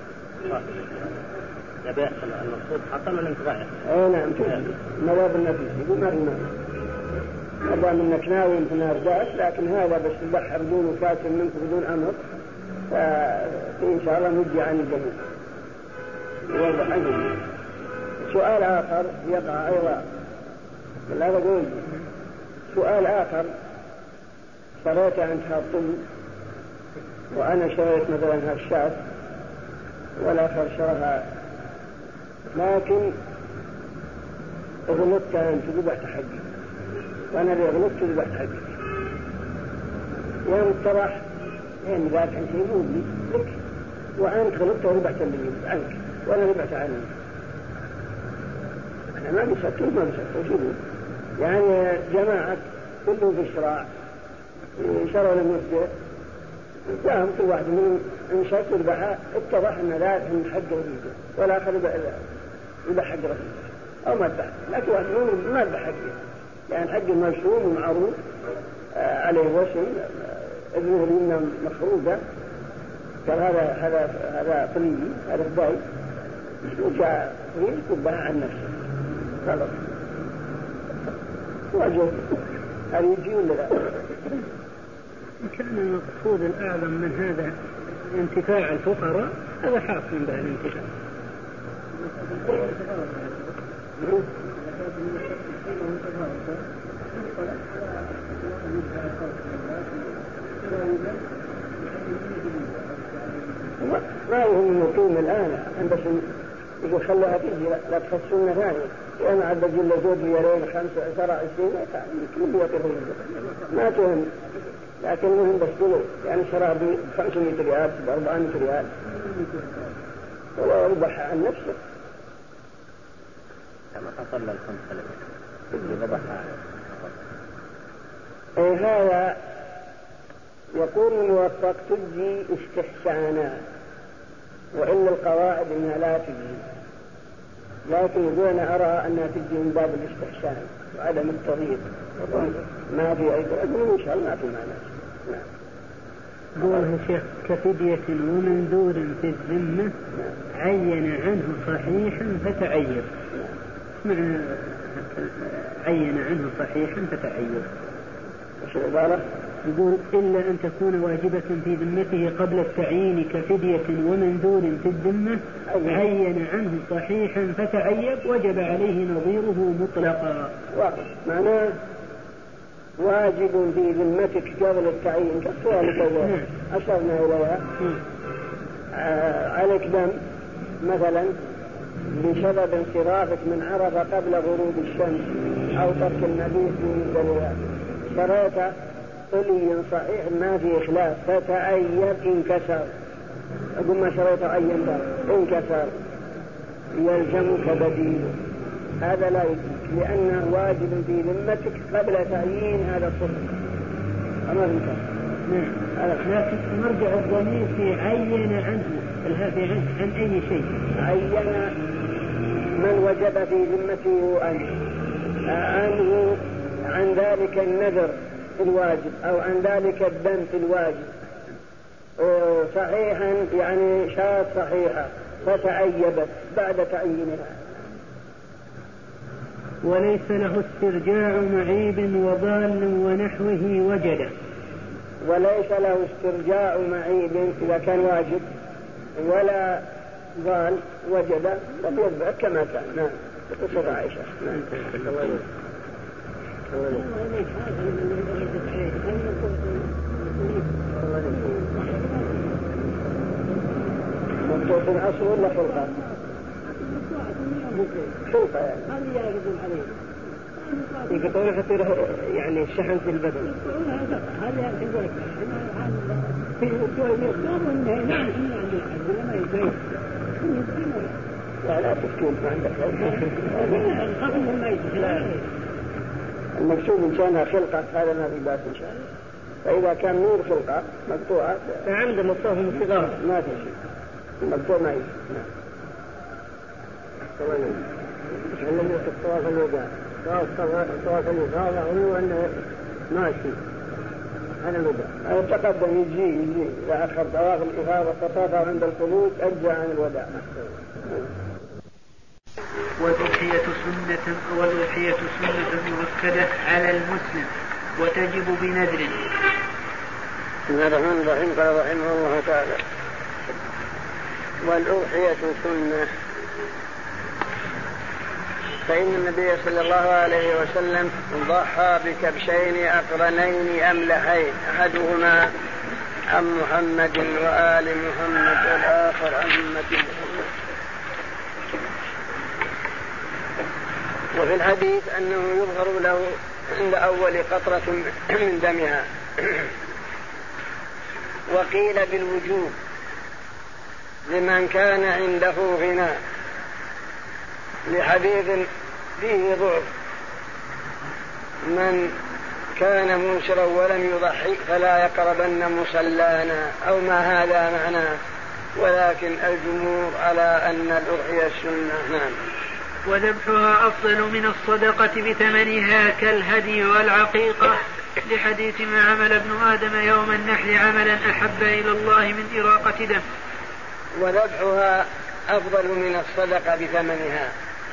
يبي يحصل المقصود حصل الانتفاع. أي نعم مراد النفس يقول ما رمى هذا منك ناوي انت نارجات، لكن هذا بس تبحر بدون كاتب منك بدون أمر، فإن شاء الله نجي عن الجميع يوضح عنه. سؤال آخر يقع أيضا لا بقول سؤال آخر شريت عندها الطن وأنا شريت مثلا هالشاة والآخر شرها، لكن غلطت أنت ذبحت حقي وأنا اللي غلطت ذبحت حقي، يوم الطرح يعني ذاك أنت يقول لي لك وأنت غلطت وذبحت اللي عنك وأنا ذبحت عني، أنا ما بيسكت ما بيسكت وشوفوا يعني جماعة كلهم في الشراع شروا للمسجد جاءهم كل واحد منهم انشك وذبحها، اتضح أن ذاك من حق رسوله والآخر يذبح حق رسوله أو ما ذبح، لكن واحد منهم ما ذبح حقه يعني حق المشروم ومعروف آه عليه وسم ابنه اليمنى مفروضة، قال هذا هذا هذا طلي هذا فضاي وجاء طويل يذبحها عن نفسه خلاص واجب هل يجي ولا لا؟ كان المقصود الأعظم من هذا انتفاع الفقراء، هذا حاصل به الانتفاع. ما يهم يقيم الآن بس يقول خلوها تجي لا تخسرنا ثاني لأن عد جل زوج يرين خمسة عشر عشرين كل يطيرون ما تهم، لكن مهم بس دلو يعني شراب بخمسمائة ريال بأربعمائة ريال ولا يربح عن نفسه كما تصل الخمس اللي ذبحها. أي هذا يقول الموفق تجي استحسانا، وإن القواعد إنها لا تجي، لكن يقول أنا أرى أنها تجي من باب الاستحسان وعدم التضييق ما في أي أقول إن شاء الله ما في معنى. نعم. قوله شيخ كفدية ومنذور في الذمة نعم. عين عنه صحيحا فتعيب. معنى عين عنه صحيحا فتعيب وش العبارة؟ يقول إلا أن تكون واجبة في ذمته قبل التعيين كفدية ومنذور في الذمة عين عنه صحيحا فتعيب وجب عليه نظيره مطلقا. معناه واجب في ذمتك قبل التعيين كالسؤال الأول أشرنا إليها عليك دم مثلا بسبب انصرافك من عرفة قبل غروب الشمس أو ترك المبيت من ذلك شريت طلي صحيح ما في إخلاف فتعيب انكسر، أقول ما شريت عين ده انكسر يلزمك بديل، هذا لا يجب لأنه واجب في ذمتك قبل تعيين هذا الصدق أمر انكسر. لكن مرجع الضمير في عين عنه الهافي عنه عن أي شيء عين من وجب في ذمته عنه عنه عن ذلك النذر الواجب أو عن ذلك الدم في الواجب صحيحا يعني شاة صحيحة فتعيبت بعد تعيينها. وليس له استرجاع معيب وضال ونحوه وجد. وليس له استرجاع معيب إذا كان واجب ولا ضال وجد فبيذبح كما كان. نعم قصة عائشة. نعم مكتوب في العصر ولا خلقة؟ خلقة يعني هذه يجب عليه يقطعون حتى يعني الشحن في البدن هذا يقول في شوية يقطعون لا لا تسكين ما عندك المقصود إن كانها خلقة هذا ما في باس إن شاء الله، فإذا كان نور خلقة مقطوعة فعمد مقطوعه من صغار ما في شيء المقطوع ما يجي. نعم علم يوسف طواف الوداع طواف الوداع يقولوا أنه ماشي هذا الوداع هذا تقدم يجي يجي إذا أخر طواف الإفاضة فطاف عند الخروج أجزى عن الوداع. والأضحية سنة والأضحية سنة مؤكدة على المسلم وتجب بنذر. بسم الله الرحمن الرحيم. قال رحمه الله تعالى والأضحية سنة فإن النبي صلى الله عليه وسلم ضحى بكبشين أقرنين أملحين، أحدهما عن محمد وآل محمد والآخر عن أمة محمد. وفي الحديث أنه يظهر له عند أول قطرة من دمها. وقيل بالوجوب لمن كان عنده غنى، لحديث فيه ضعف: من كان موسرا ولم يضحي فلا يقربن مصلانا، أو ما هذا معناه، ولكن الجمهور على أن الأضحية السنة. نعم. وذبحها أفضل من الصدقة بثمنها كالهدي والعقيقة، لحديث ما عمل ابن آدم يوم النحر عملا أحب إلى الله من إراقة دم. وذبحها أفضل من الصدقة بثمنها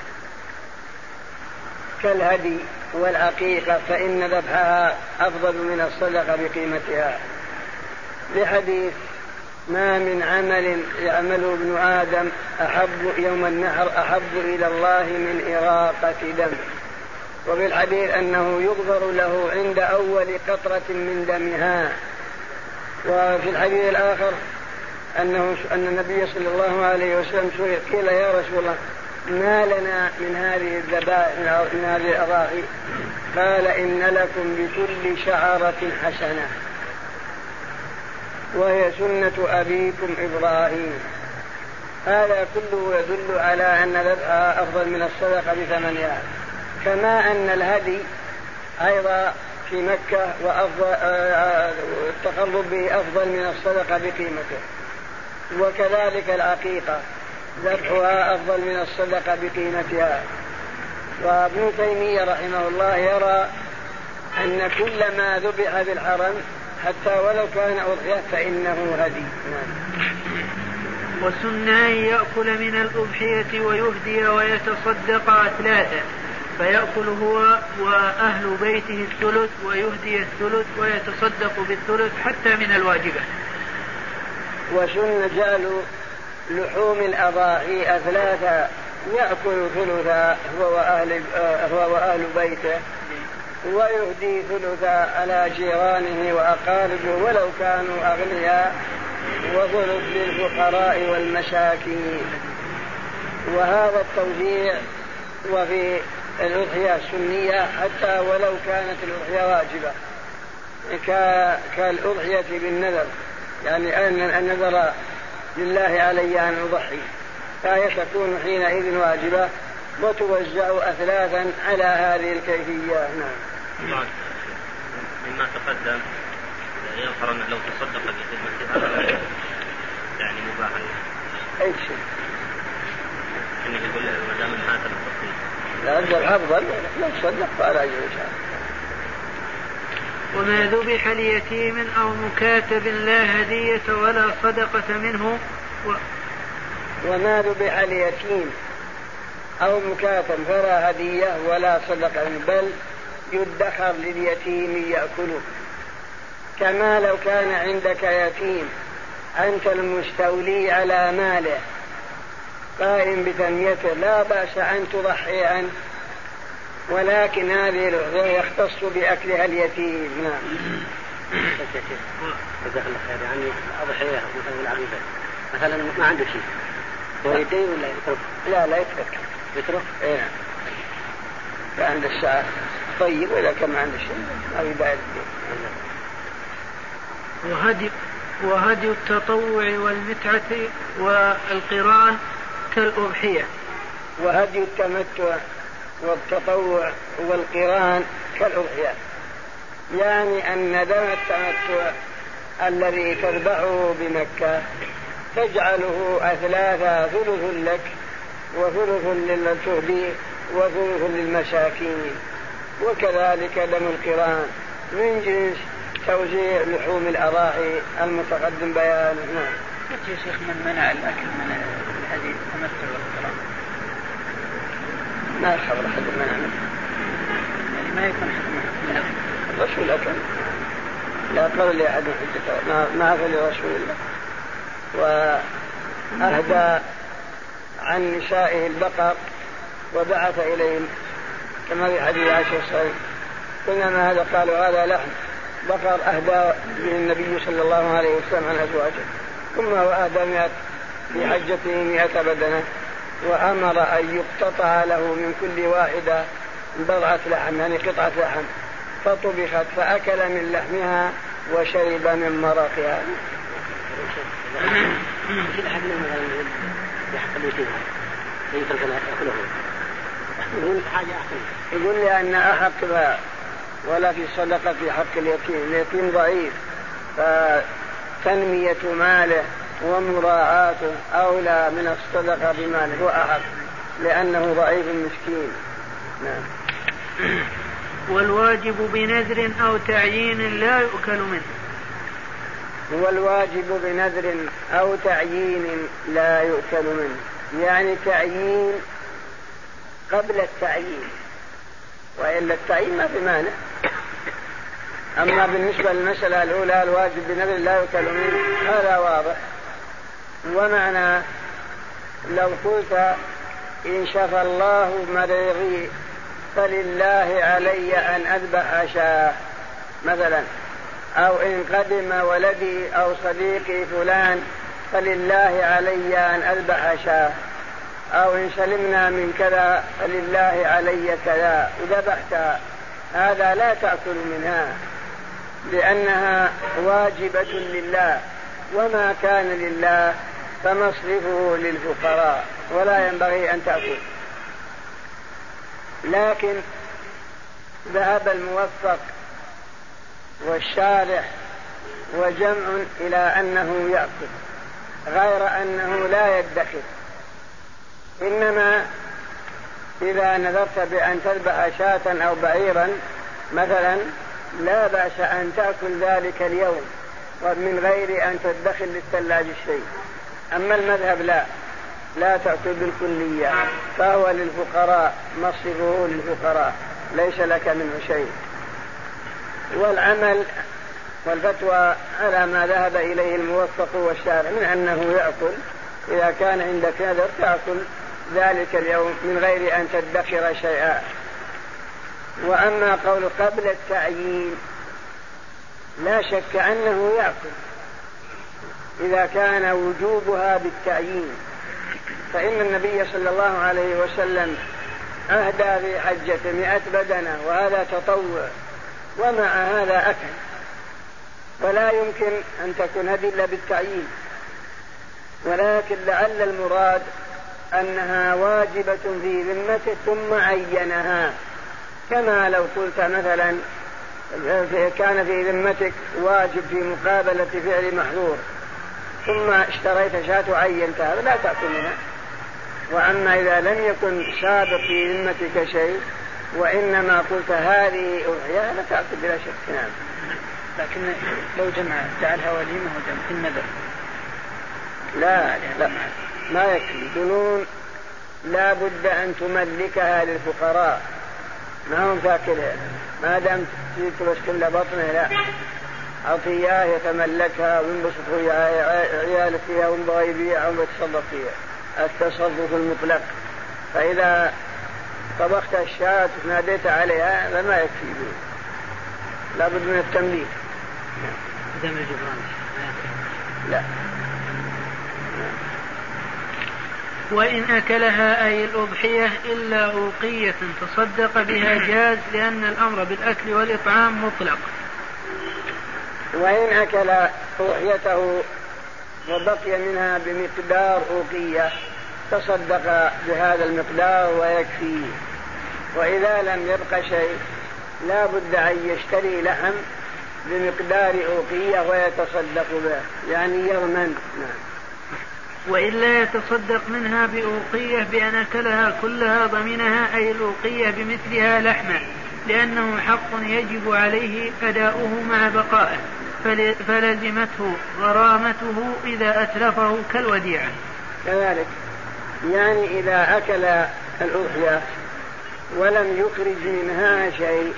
كالهدي والعقيقة، فإن ذبحها أفضل من الصدقة بقيمتها، لحديث ما من عمل يعمله ابن آدم أحب يوم النحر أحب إلى الله من إراقة دم. وبالحديث أنه يغفر له عند أول قطرة من دمها. وفي الحديث الآخر أنه أن النبي صلى الله عليه وسلم سئل قيل يا رسول الله ما لنا من هذه الذبائح من هذه الأضاحي؟ قال إن لكم بكل شعرة حسنة، وهي سنة أبيكم إبراهيم. هذا كله يدل على أن ذبحها أفضل من الصدقة بثمنها، كما أن الهدي أيضا في مكة وأفضل التقرب به أفضل من الصدقة بقيمته، وكذلك العقيقة ذبحها أفضل من الصدقة بقيمتها. وابن تيمية رحمه الله يرى أن كل ما ذبح بالحرم حتى ولو كان أضحية فإنه هدي. وسنة أن يأكل من الأضحية ويهدي ويتصدق أثلاثا، فيأكل هو وأهل بيته الثلث ويهدي الثلث ويتصدق بالثلث حتى من الواجبة. وسن جعل لحوم الأضاحي أثلاثا، يأكل ثلثا هو وأهل, هو وأهل بيته، ويهدي ثلثا على جيرانه وأقاربه ولو كانوا أغنياء، وثلث للفقراء والمساكين. وهذا التوزيع وفي الأضحية السنية حتى ولو كانت الأضحية واجبة، كالأضحية بالنذر، يعني أن النذر لله علي أن أضحي، فهي تكون حينئذ واجبة وتوزع أثلاثا على هذه الكيفية. نعم. مما تقدم يظهر أنه لو تصدق بخدمتها يعني مباحا. أي شيء. إنه يقول ما دام هذا التصديق. لا أفضل أفضل لو تصدق فلا يجوز. وما ذبح ليتيم أو مكاتب لا هدية ولا صدقة منه. و... وما ذبح ليتيم أو مكاتب فلا هدية ولا صدقة منه، بل يدخر لليتيم يأكله، كما لو كان عندك يتيم أنت المستولي على ماله قائم بتنميته لا بأس أن تضحي عنه، ولكن هذه الأضحية يختص بأكلها اليتيم. نعم. جزاك الله خير. يعني أضحية مثلا العبيدة مثلا ما عنده شيء ويدين ولا يترك؟ لا لا يترك يترك. إيه نعم. فعند الساعة طيب، وإذا كان ما عنده شيء أو يبعد. وهدي وهدي التطوع والمتعة والقران كالأضحية. وهدي التمتع والتطوع والقران كالأضحية، يعني أن دم التمتع الذي تذبحه بمكة تجعله أثلاثا، ثلث لك وثلث للتهدي وثلث للمساكين، وكذلك دم القران من جنس توزيع لحوم الأضاحي المتقدم بيانه. نعم. يا شيخ من منع الأكل من هذه التمتع والقران؟ ما خبر أحد منع منه، يعني ما يكون حكم الرسول أكل، لا قال لي أحد حجته، ما ما أكل رسول الله. وأهدى عن نسائه البقر وبعث إليهم كما في حديث عائشة الصحيح. قلنا ما هذا؟ قالوا هذا لحم بقر أهدى به النبي صلى الله عليه وسلم عن أزواجه، ثم هو أهدى مئة في حجته مئة بدنة، وأمر أن يقتطع له من كل واحدة بضعة لحم يعني قطعة لحم، فطبخت فأكل من لحمها وشرب من مرقها. يقول لي أن أحق بها ولا في صدقة في حق اليتيم، اليتيم ضعيف فتنمية ماله ومراعاته أولى من الصدقة بماله وأحق لأنه ضعيف مسكين. نعم. والواجب بنذر أو تعيين لا يؤكل منه. والواجب بنذر أو تعيين لا يؤكل منه، يعني تعيين قبل التعيين، وإلا التعيين ما في مانع. أما بالنسبة للمسألة الأولى الواجب بنذر لا يؤكل منه هذا واضح. ومعنى لو قلت إن شفى الله مريضي فلله علي أن أذبح شاة مثلا، أو إن قدم ولدي أو صديقي فلان فلله علي أن أذبح شاة، أو إن سلمنا من كذا فلله علي كذا، وذبحتها هذا لا تأكل منها لأنها واجبة لله، وما كان لله فمصرفه للفقراء ولا ينبغي أن تأكل. لكن ذهب الموفق والشارح وجمع إلى أنه يأكل، غير أنه لا يدخر، إنما إذا نذرت بأن تذبح شاة أو بعيرا مثلا لا بأس أن تأكل ذلك اليوم ومن غير أن تدخل للثلاج الشيء. أما المذهب لا لا تأكل بالكلية، فهو للفقراء، مصرفه للفقراء، ليس لك منه شيء. والعمل والفتوى على ما ذهب إليه الموفق والشارع من أنه يأكل، إذا كان عندك نذر تأكل ذلك اليوم من غير أن تدخر شيئا. وأما قول قبل التعيين لا شك أنه يأكل إذا كان وجوبها بالتعيين، فإن النبي صلى الله عليه وسلم أهدى في حجة مئة بدنة وهذا تطوع، ومع هذا أكل، ولا يمكن أن تكون هذه إلا بالتعيين. ولكن لعل المراد أنها واجبة في ذمته ثم عينها، كما لو قلت مثلا كان في ذمتك واجب في مقابلة فعل محظور ثم اشتريت شاة وعينتها لا تأكل منها. وأما إذا لم يكن سابق في ذمتك شيء وإنما قلت هذه أضحية لا تأكل بلا شك. نعم. لكن لو جمع جعلها وليمة وجمع في النذر لا لا ما يكفي. دنون لا بد أن تملكها للفقراء، ما هم فاكرها، ما دام تمسكن لبطنه لا، عطياه يتملكها وينبسط عيالك فيها وينبغي يبيعها ويتصرف فيها، التصرف المطلق. فإذا طبخت الشاة ناديت عليها فما يكفي، لا بد من التمليك. دم الجبران لا. وإن أكلها أي الأضحية إلا أوقية تصدق بها جاز، لأن الأمر بالأكل والإطعام مطلق. وإن أكل أضحيته وبقي منها بمقدار أوقية تصدق بهذا المقدار ويكفي. وإذا لم يبق شيء لا بد أن يشتري لحم بمقدار أوقية ويتصدق به، يعني يضمن. نعم. وإلا يتصدق منها بأوقية بأن أكلها كلها ضمنها أي الأوقية بمثلها لحما، لأنه حق يجب عليه أداؤه مع بقائه، فلزمته غرامته إذا أتلفه كالوديعة. كذلك يعني إذا أكل الأضحية ولم يخرج منها شيء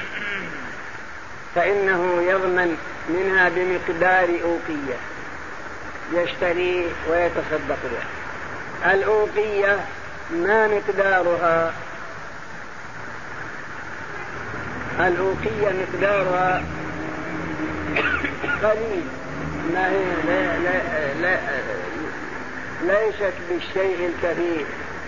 فإنه يضمن منها بمقدار أوقية يشتري ويتصدق به. الأوقية ما مقدارها؟ الأوقية مقدارها قليل، ما هي لا لا لا ليست بالشيء الكثير.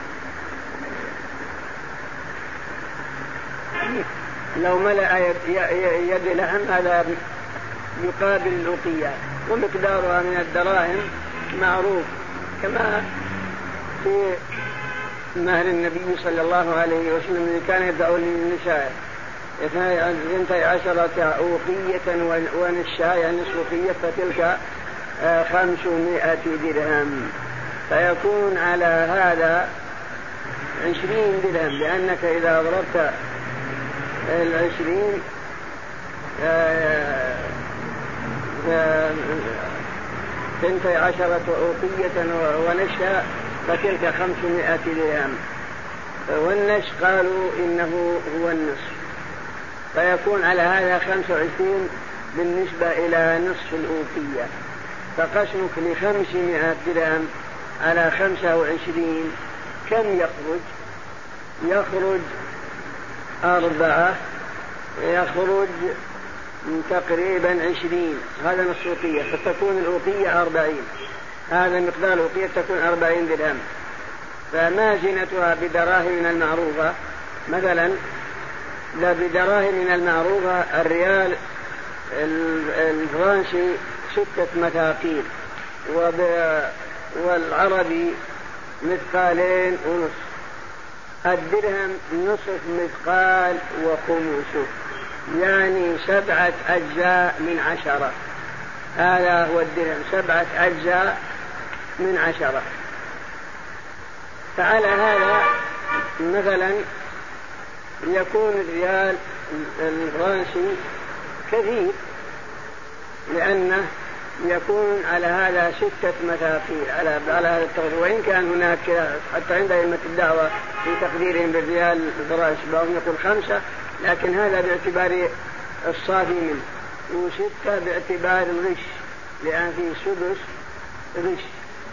لو ملأ يد لحم هذا يقابل الأوقية، ومقدارها من الدراهم معروف كما في مهر النبي صلى الله عليه وسلم الذي كان يدعو للنساء اثنتي عشرة أوقية ونشاء يعني نصف أوقية، فتلك خمسمائة درهم، فيكون على هذا عشرين درهم، لأنك إذا ضربت العشرين اثنتي عشرة أوقية ونشاء فتلك خمسمائة درهم، والنش قالوا إنه هو النصف، فيكون على هذا خمسة وعشرين بالنسبة إلى نصف الأوقية. فقسمك لخمسمائة درهم على خمسة وعشرين كم يخرج؟ يخرج أربعة، يخرج تقريبا عشرين، هذا نصف أوقية، فتكون الأوقية أربعين، هذا مقدار الأوقية تكون أربعين درهم. فما زينتها بدراهم المعروفة؟ مثلا لا بدراهم المعروفة الريال الفرنسي ستة مثاقيل، والعربي مثقالين ونصف، الدرهم نصف مثقال وخمسه، يعني سبعة أجزاء من عشرة، هذا هو الدرهم، سبعة أجزاء من عشرة. فعلى هذا مثلا يكون الريال الفرنسي كثير، لأنه يكون على هذا ستة مثاقيل على على هذا التقدير، وإن كان هناك حتى عند أئمة الدعوة في تقديرهم بالريال الفرنسي بعضهم يقول خمسة، لكن هذا باعتبار الصافي منه، وستة باعتبار الغش، لأن فيه سدس غش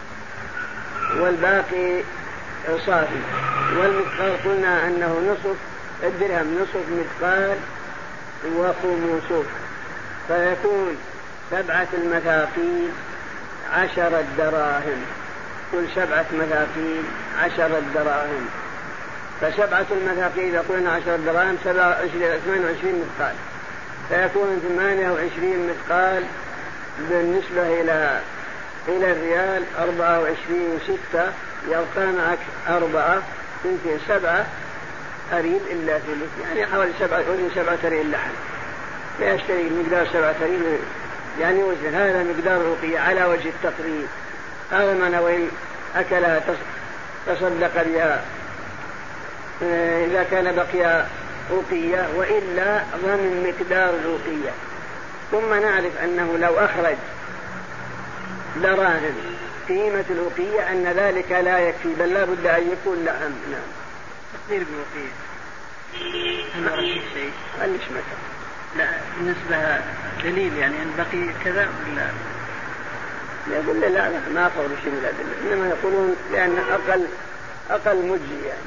والباقي صافي. والمثقال قلنا أنه نصف الدرهم، نصف مثقال وخمسه، فيكون سبعة المثاقيل عشرة دراهم، كل سبعة مثاقيل عشرة دراهم، فسبعة المثاقيل يقولون عشرة دراهم سبعة وعشرين ثمانية وعشرين مثقال، فيكون ثمانية وعشرين مثقال بالنسبة إلى إلى الريال أربعة وعشرين ستة، يبقى معك أربعة يمكن سبعة أريل إلا ثلث، يعني حوالي سبعة وزن سبعة أريل لحم، فيشتري مقدار سبعة أريل يعني وزن، هذا مقدار الأوقية على وجه التقريب. هذا معنى وإن أكلها تصدق بها إذا كان بقي أوقية، وإلا ضمن مقدار الأوقية. ثم نعرف أنه لو أخرج دراهم قيمة الأوقية أن ذلك لا يكفي، بل لا بد أن يكون لحم. نعم. تقدير بالأوقية أنا رشيد شيء قال ليش مثلا؟ لا بالنسبة دليل يعني أن بقي كذا ولا يقول لا لا ما قول شيء ولا دليل، إنما يقولون لأن أقل أقل مجزي يعني.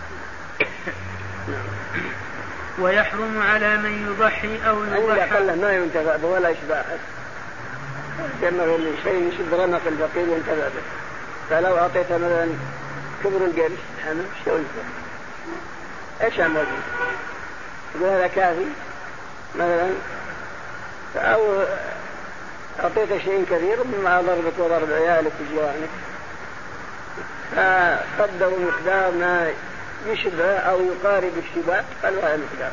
نعم. ويحرم على من يضحي أو يضحى أقل ما ينتفع به ولا يشبع، كما اللي شيء يشد رمق الفقير ينتفع به، فلو أعطيت مثلا كبر القرش حمل شو ينفع؟ إيش عمل؟ يقول هذا كافي مثلا، أو أعطيت شيء كثير مع ضربك وضرب عيالك وجيرانك، فقدروا مقدار ما يشبه أو يقارب الشباب، قالوا هذا مقدار.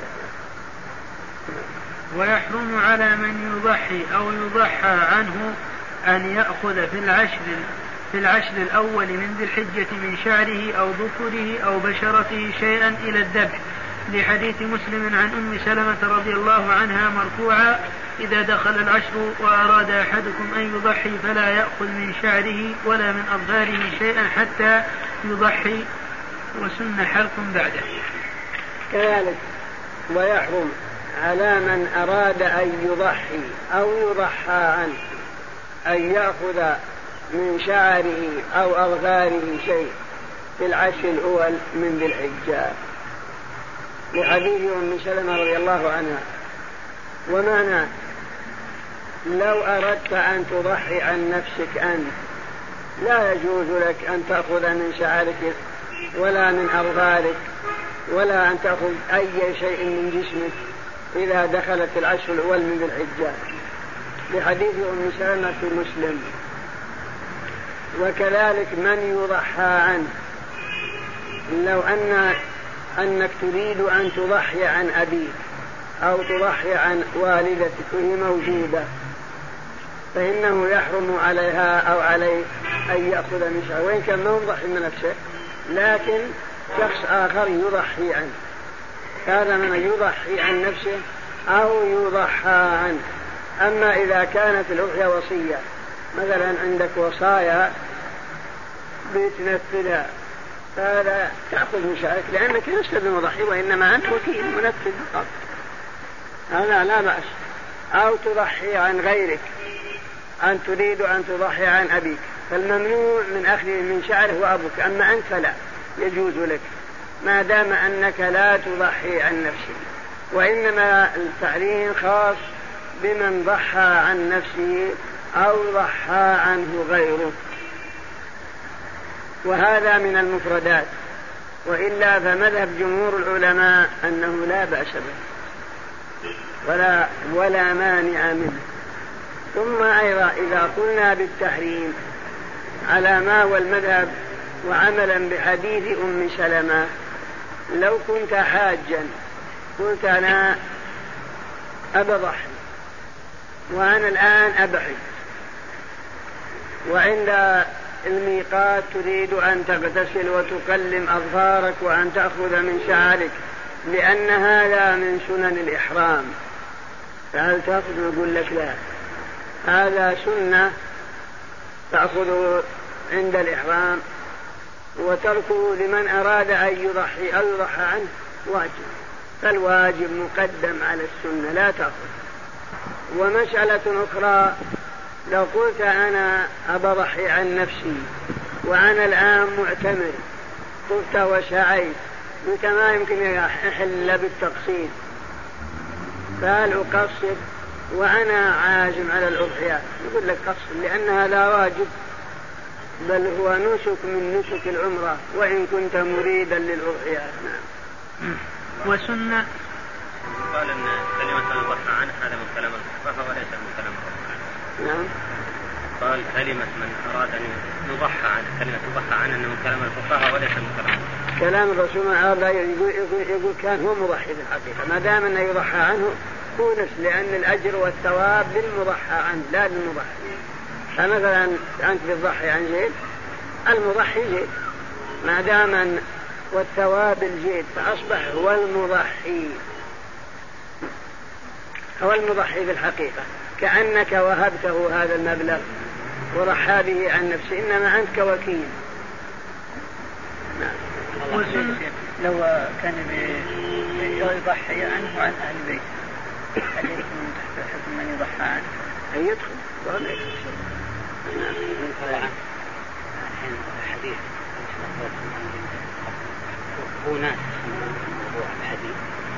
ويحرم على من يضحي أو يضحى عنه أن يأخذ في العشر في العشر الأول من ذي الحجة من شعره أو ظفره أو بشرته شيئا إلى الذبح، لحديث مسلم عن أم سلمة رضي الله عنها مرفوعا: إذا دخل العشر وأراد أحدكم أن يضحي فلا يأخذ من شعره ولا من أظفاره شيئا حتى يضحي، وسن حلق بعده. كذلك ويحرم على من أراد أن يضحي أو يضحى عنه أن يأخذ من شعره أو أظفاره شيء في العشر الأول من ذي الحجة، لحديث أم سلمة رضي الله عنها. ومعنى لو أردت أن تضحي عن نفسك أنت لا يجوز لك أن تأخذ من شعرك ولا من أظفارك ولا أن تأخذ أي شيء من جسمك إذا دخلت العشر الأول من ذي الحجة، لحديث أم سلمة في مسلم. وكذلك من يضحى عنه، لو أن أنك تريد أن تضحي عن أبيك أو تضحي عن والدتك وهي موجودة، فإنه يحرم عليها أو عليه أن يأخذ من شعره، وإن كان ما يضحي من نفسه لكن شخص آخر يضحي عنه، هذا من يضحي عن نفسه أو يضحى عنه. أما إذا كانت الأضحية وصية، مثلا عندك وصايا بتنفذها، فهذا تأخذ من شعرك لأنك لست بمضحي وإنما أنت وكيل منفذ فقط، هذا لا بأس. أو تضحي عن غيرك، أن تريد أن تضحي عن أبيك فالممنوع من أخذ من شعره وأبوك، أما أنت فلا يجوز لك ما دام أنك لا تضحي عن نفسك، وإنما التحريم خاص بمن ضحى عن نفسه أو ضحى عنه غيره، وهذا من المفردات. وإلا فمذهب جمهور العلماء أنه لا بأس به ولا, ولا مانع منه. ثم أيضا إذا قلنا بالتحريم على ما هو المذهب وعملا بحديث أم سلمة، لو كنت حاجا قلت أنا أبضحي وأنا الآن أبحث، وعند الميقات تريد أن تغتسل وتقلم أظفارك وأن تأخذ من شعرك لأن هذا من سنن الإحرام، فهل تأخذ؟ نقول لك لا، هذا سنة تأخذه عند الإحرام، وتركه لمن أراد أن يضحي أو يضحى عنه واجب، فالواجب مقدم على السنة لا تأخذ. ومسألة أخرى، لو قلت أنا أبضحي عن نفسي وأنا الآن معتمر، قلت وسعيت أنت ما يمكن أحل بالتقصير، فهل أقصر وأنا عازم على الأضحية؟ يقول لك قصر، لأنها لا واجب بل هو نسك من نسك العمرة وإن كنت مريدا للأضحية. نعم. وسنة قال أن كلمة الضحى عنه هذا من كلام الفقهاء وليس من كلام الرسول. نعم. قال كلمة من أراد أن يضحى عنه، كلمة يضحى عنه من كلام الفقهاء وليس من كلام الرسول. كلام الرسول هذا يقول, يقول, يقول كان هو مضحي في الحقيقة، ما دام أنه يضحى عنه هو نفس، لأن الأجر والثواب للمضحى عنه لا للمضحي. فمثلا أنت تضحي عن زيد، المضحي زيد ما دام والثواب الجيد، فأصبح هو المضحي، هو المضحي بالحقيقة، كأنك وهبته هذا المبلغ وضحى به عن نفسه، إنما أنت كوكيل. نعم. لو كان يضحي عنه عن أهل البيت هل يكون تحت حكم من يضحى عنه؟ أن يدخل ولا يدخل. نعم. الحين الحديث هو ناس هو الحديث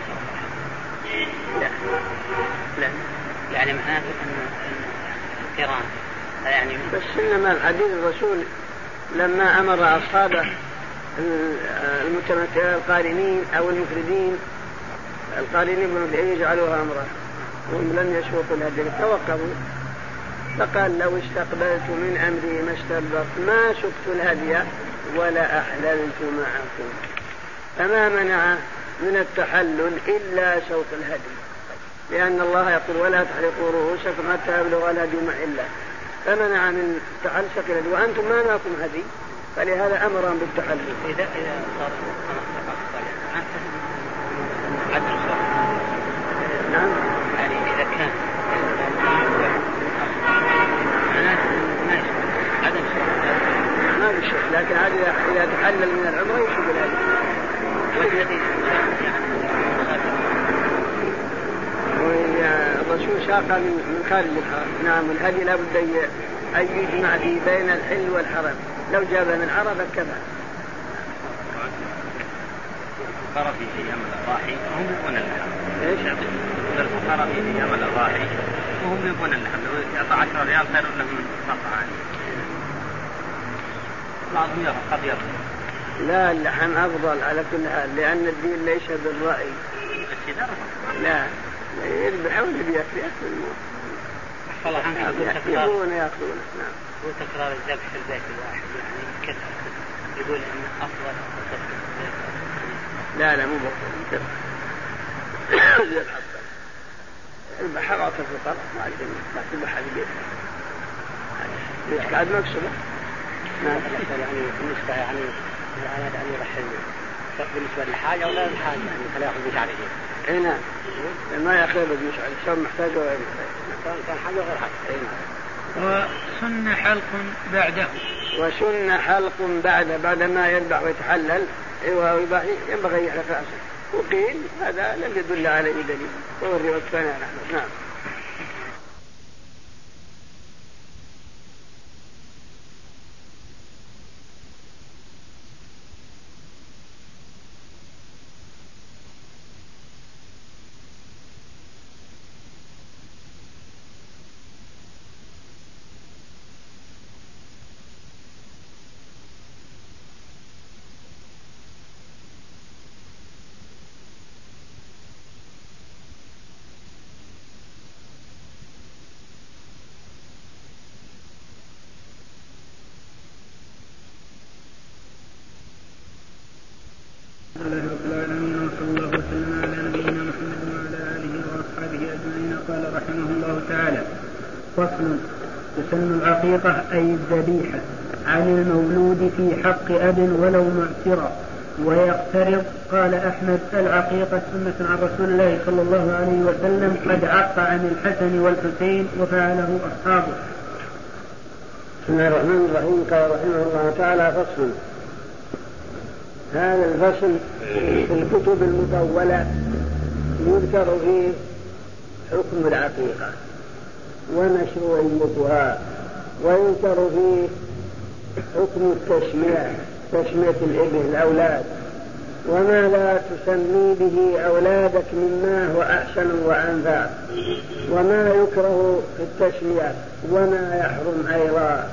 لا لا يعني معناته أن القران يعني بس إنما الحديث الرسول لما أمر أصحابه المتمتعين القارنين أو المفردين القارنين والمفردين يجعلوها أمرا وهم لم يشوفوا الهدي توقفوا، فقال لو استقبلت من أمري ما استدبرت ما شفت الهدي ولا أحللت معكم، فما منع من التحلل إلا شوط الهدي، لأن الله يقول ولا تحلقوا رؤوسكم حتى يبلغ الهدي محله، فمنع من التحلل شكل، وأنتم ما معكم هدي فلهذا أمرهم بالتحلل. إذا إذا صار نعم يعني إذا كان ما في شيء، لكن هذا إذا تحلل من العمر يشوف الهدي. والرسول ساق من خارج الحرم. نعم. الهدي لا بد أن يجمع فيه بين الحل والحرم، لو جاب من عرفة كفى. الفقراء في أيام الأضاحي وهم يبون اللحم. إيش؟ الفقراء في أيام الأضاحي وهم يبون اللحم، لو يعطى عشرة ريال خير لهم من مطعم. بعضهم يأخذ قد يأخذ. لا، اللحم أفضل على كل حال، لأن الدين ليس بالرأي. لا، يذبحون بيأكل يأكل الموت. الله عنك يأكلون يأكلون. نعم. وتكرار الذبح في البيت الواحد يعني كثر يقول إن أفضل. لا لا مو بطل. الذبح حرات الفقراء ما عندهم ما تذبح هذه البيت. ليش قاعد مكسبه؟ نعم. يعني بالنسبة يعني أنا أن يرحل بالنسبة للحاجة ولا للحاجة يعني خليه يأخذ بشعره. إيه نعم. ما يأخذ بشعره، سواء محتاج ولا غير محتاج. كان حاجة وغير حاجة. إيه نعم. وسن حلق بعده. وسن حلق بعد بعد ما يذبح ويتحلل ينبغي يحلق رأسه. وقيل هذا لم يدل عليه دليل وهو الرواية الثانية عن أحمد. نعم. الله رب العالمين وصلى الله وسلم على نبينا محمد وعلى آله وأصحابه أجمعين. قال رحمه الله تعالى: فصل. تسن العقيقة أي الذبيحة عن المولود في حق أب ولو معسرا ويقترض. قال أحمد: العقيقة سنة عن رسول الله صلى الله عليه وسلم قد عق عن الحسن والحسين وفعله أصحابه. بسم الله الرحمن الرحيم. قال رحمه الله تعالى: فصل. هذا الفصل في الكتب المطولة يذكر فيه حكم العقيقة ومشروعيتها، ويذكر فيه حكم التسمية، تسمية الابن الأولاد، وما لا تسمي به أولادك مما هو أحسن وأنفع، وما يكره في التسمية وما يحرم أيضا.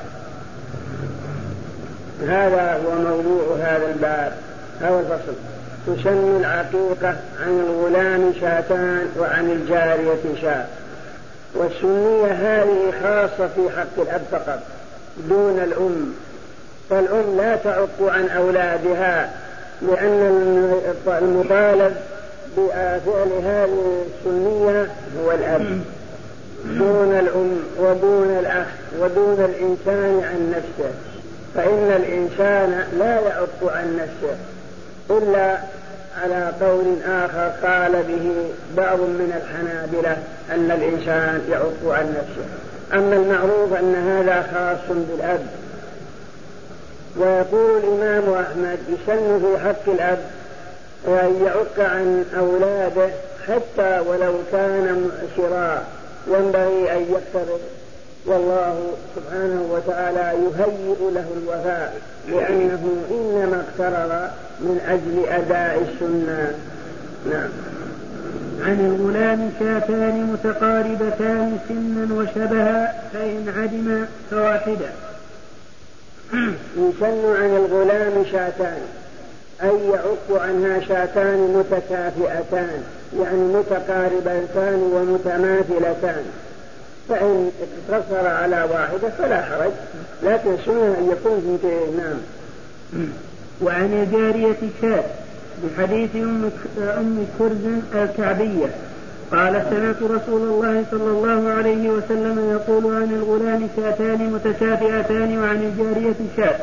هذا هو موضوع هذا الباب. هذا الفصل. تسن العقيقة عن الغلام شاتان وعن الجارية شاة. والسنية هذه خاصة في حق الأب فقط دون الأم، فالأم لا تعق عن أولادها، لأن المطالب بفعل هذه السنية هو الأب دون الأم ودون الأخ ودون الإنسان عن نفسه، فإن الإنسان لا يعق عن نفسه إلا على قول آخر قال به بعض من الحنابلة أن الإنسان يعق عن نفسه. أما المعروف أن هذا خاص بالأب. ويقول الإمام أحمد: يسن في حق الأب أن يعق عن أولاده حتى ولو كان مؤشرا، ينبغي أن يقترض، والله سبحانه وتعالى يهيئ له الوفاء، لأنه إنما اقترض من أجل أداء السنة. نعم. عن الغلام شاتان متقاربتان سنا وشبها فإن عدما فواحدا. يسن عن الغلام شاتان أي يعق عنها شاتان متكافئتان، يعني متقاربتان ومتماثلتان، فإن اقتصر على واحدة فلا حرج، لكن سنة أن يكون اثنتين. نعم. وعن الجارية شاة بحديث أم كرز الكعبية قال: سمعت رسول الله صلى الله عليه وسلم يقول: عن الغلام شاتان متشابهتان وعن الجارية شاة.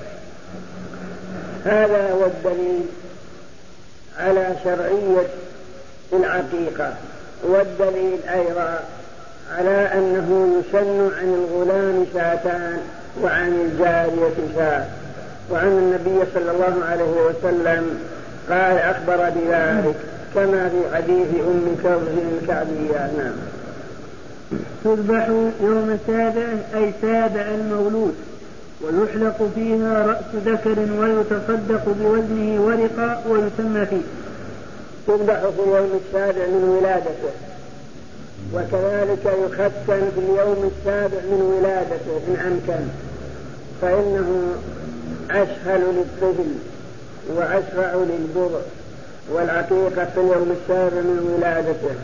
هذا هو الدليل على شرعية العقيقة، والدليل أيضا على أنه يسن عن الغلام شاتان وعن الجارية شاة. وعن النبي صلى الله عليه وسلم قال أخبر بذلك كما في حديث أم كرز الكعبية. نعم. تذبح يوم سابع أي سابع المولود، ويحلق فيها رأس ذكر ويتصدق بوزنه ورقة ويسمى فيه. تذبح في اليوم السابع من ولادته، وكذلك يختن في اليوم السابع من ولادته إن أمكن، فإنه أسهل للطفل وأسرع للبر، والعقيقة في اليوم السابع من ولادته.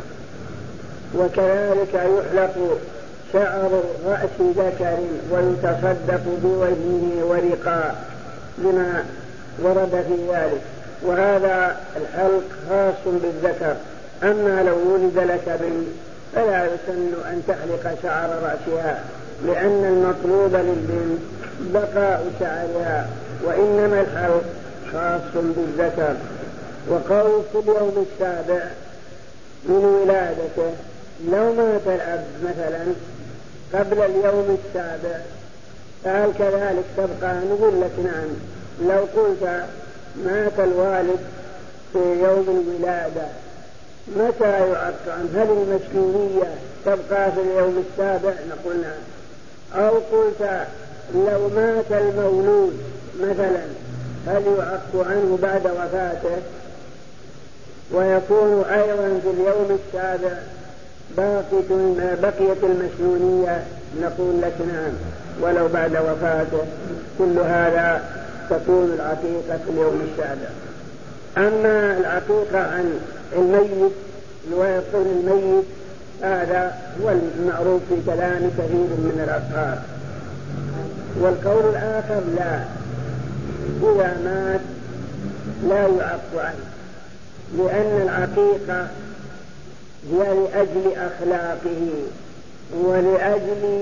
وكذلك يحلق شعر رأس ذكر ويتصدق بوجهه ورقاء لما ورد في ذلك، وهذا الحلق خاص بالذكر. أما لو ولد لك بنت فلا يسن أن تحلق شعر رأسها، لأن المطلوب للبنت بقاء شعرها، وإنما الحلق خاص بالذكر. وقول في اليوم السابع من ولادته، لو مات الأب مثلا قبل اليوم السابع فهل كذلك تبقى؟ نقول لك نعم. لو قلت مات الوالد في يوم الولادة متى يعق عنه؟ هل المسنونية تبقى في اليوم السابع؟ نقول نعم. أو قلت لو مات المولود مثلا هل يعق عنه بعد وفاته ويكون أيضا في اليوم السابع بقية المسنونية؟ نقول لك نعم، ولو بعد وفاته. كل هذا تكون العقيقة في اليوم السابع. أما العقيقة عن الميت ويقول الميت هذا هو المعروف في كلام كثير من الأصحاب. والقول الآخر لا، إذا مات لا يعق عنه، لأن العقيقة هي لأجل أخلاقه ولأجل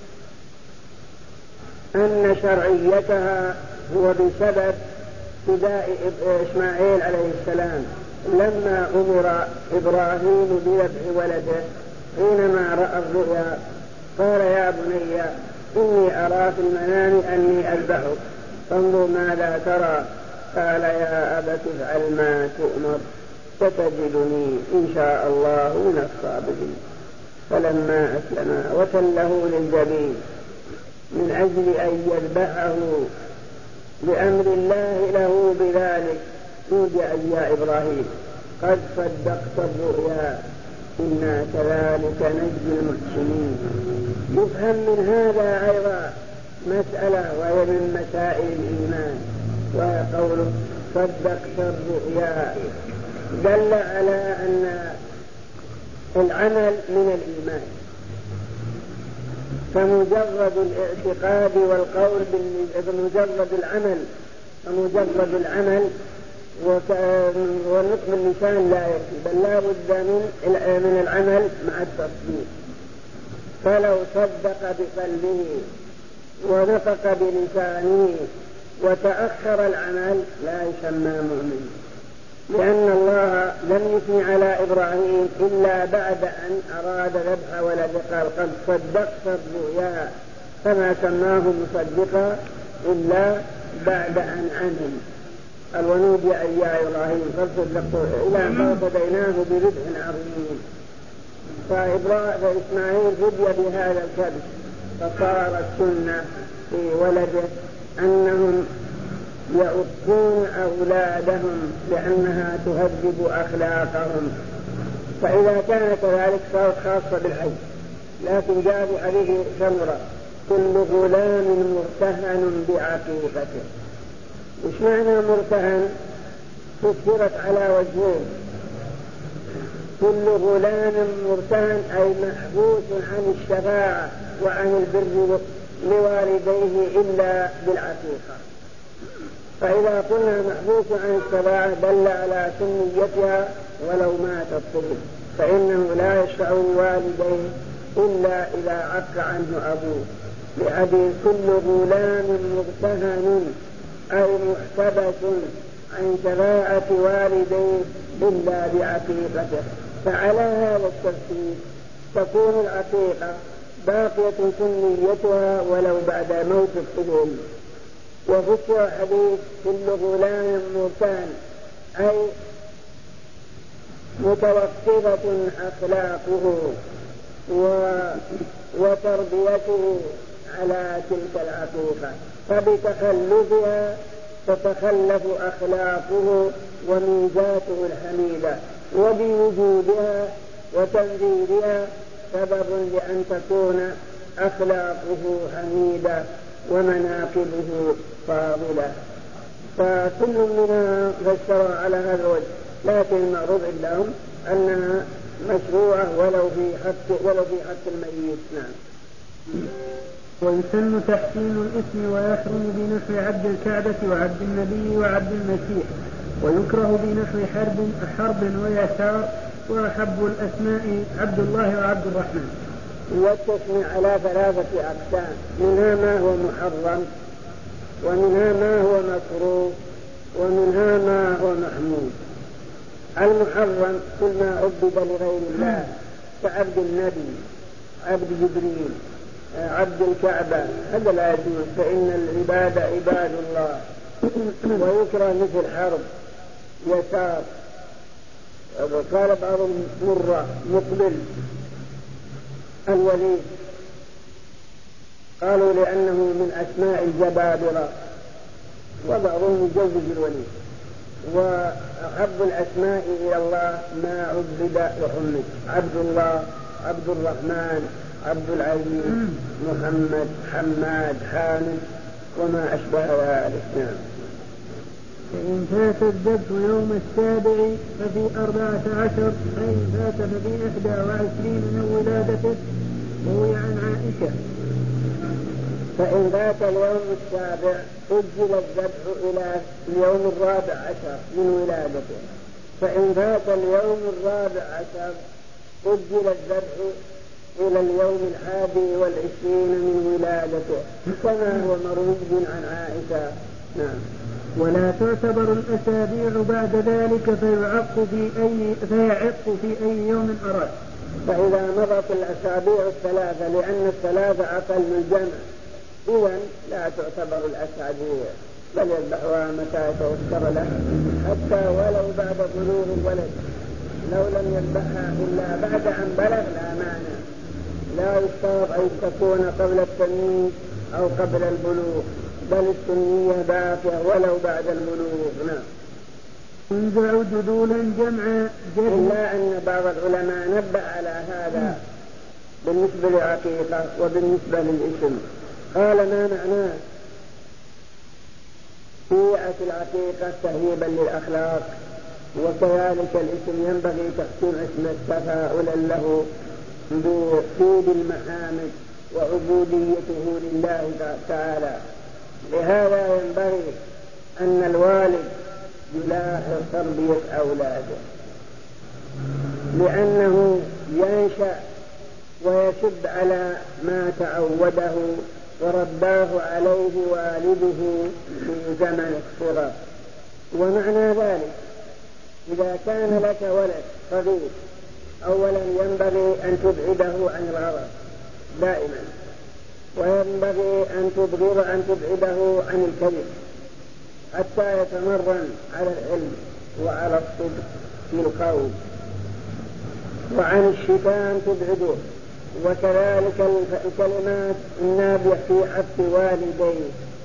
أن شرعيتها هو بسبب فداء إسماعيل عليه السلام لما أمر إبراهيم بذبح ولده. حينما رأى الرؤيا قال يا بني إني أرى في المنام أني أذبحك فانظر ماذا ترى؟ قال يا أبت افعل ما تؤمر ستجدني إن شاء الله من الصابرين. فلما أسلم وتله للجبين من أجل أن يذبحه بأمر الله له بذلك نودي يا إبراهيم قد صدقت الرؤيا إنا كذلك نجزي المحسنين. يفهم من هذا أيضا مسألة وهي من مسائل الإيمان، وهي قوله صدقت الرؤيا، دل على أن العمل من الإيمان، فمجرد الاعتقاد والقول بمجرد العمل فمجرد العمل والنطق باللسان لا يكفي، بل لا بد من من العمل مع التصديق. فلو صدق بقلبه ونطق بلسانه وتأخر العمل لا يسمى مؤمن، لأن الله لم يثني على إبراهيم إلا بعد أن أراد ذبح ولده، قال قد صدقت الرؤيا، فما سماه مصدقا إلا بعد أن عمل. الونود يا إبراهيم قد صدقت إلى ما فديناه بذبح عظيم. فإسماعيل فدي بهذا الكبش، فصارت سنة في ولده أنهم يؤتون أولادهم لأنها تهذب أخلاقهم. فإذا كان كذلك صارت خاصة بالحج. لكن جاء في حديث سمرة كل غلام مرتهن بعقيقته. وش معنى مرتهن؟ فسرت على وجهين، كل غلام مرتهن أي محبوس عن الشفاعة وعن البر لوالديه إلا بالعقيقة. فإذا قلنا محبوس عن الشفاعة دل على سنيتها ولو مات الطفل، فإنه لا يشفع لوالديه إلا إذا عق عنه أبوه. لحديث كل غلام مرتهن أي محتبس عن شفاعة والديه إلا بعقيقته. فعلى هذا الترتيب تكون العقيقة باقية سنيتها ولو بعد موت الطفل. وفسر حديث كل غلام مرتهن أي متوقفة أخلاقه وتربيته على تلك العقيقة، فبتخلفها تتخلف أخلاقه وميزاته الحميدة، وبوجودها وتنزيلها سبب لأن تكون أخلاقه حميدة ومناقبه فاضلة. فكل منها فسر على هذا الوجه، لكن المعروف عندهم أنها مشروعة ولو في حق ولو في حق الميت. نعم. ويسن تحسين الاسم ويحرم بنحو عبد الكعبة وعبد النبي وعبد المسيح، ويكره بنحو حرب حرب ويسار، وأحب الأسماء عبد الله وعبد الرحمن. والتسمية على ثلاثة أقسام، منها ما هو محرم، ومنها ما هو مكروه، ومنها ما هو محمود. المحرم كل ما عبد لغير الله كعبد النبي، عبد جبريل، عبد الكعبة، هذا لا يجوز، فإن العباد عباد الله. ويكره مثل حرب، يسار، قال بعضهم مرة، مقبل، الوليد، قالوا لأنه من أسماء الجبابرة، وبعضهم يجوز الوليد. وأحب الأسماء إلى الله ما عبد وحمد، عبد الله، عبد الرحمن، عبد العزيز، محمد، حماد، حامد، وما أشبه ذلك. نعم. فإن فات الذبح يوم السابع ففي أربعة عشر، فإن فات ففي إحدى وعشرين من ولادته، روي عن عائشة. فإن فات اليوم السابع أجل الذبح إلى اليوم الرابع عشر من ولادته، فإن فات اليوم الرابع عشر أجل الذبح إلى اليوم الحادي والعشرين من ولادته، كما هو مروي عن عائشة. نعم. ولا تعتبر الأسابيع بعد ذلك فيعق في أي, فيعق في أي يوم أراد. فإذا مضت الأسابيع الثلاثة، لأن الثلاثة أقل من الجمع، إذن لا تعتبر الأسابيع، بل يذبحها متى يتوسر له، حتى ولو بعد بلوغ الولد. لو لم يذبحها إلا بعد أن بلغ لا مانع، لا يشترط أن تكون قبل التمييز أو قبل البلوغ، بل السنية باقية ولو بعد البلوغ. نعم. ينزع جذولا جمعا، إلا أن بعض العلماء نبه على هذا بالنسبة للعقيقة وبالنسبة للاسم. قال ما معناه شيعة العقيقة تهيبا للأخلاق، وكذلك الاسم ينبغي تقسيم اسم تفاؤلا له بطيب المحامد وعبوديته لله تعالى. لهذا ينبغي أن الوالد يلاحظ تربية أولاده، لأنه ينشأ ويشد على ما تعوده ورباه عليه والده في زمن الصغر. ومعنى ذلك إذا كان لك ولد صغير، أولا ينبغي أن تبعده عن الغرض دائما، وينبغي أن تبغض أن تبعده عن الكذب حتى يتمرن على العلم وعلى الصدق في القول، وعن الشتام تبعده، وكذلك الكلمات النابية في حق والديه،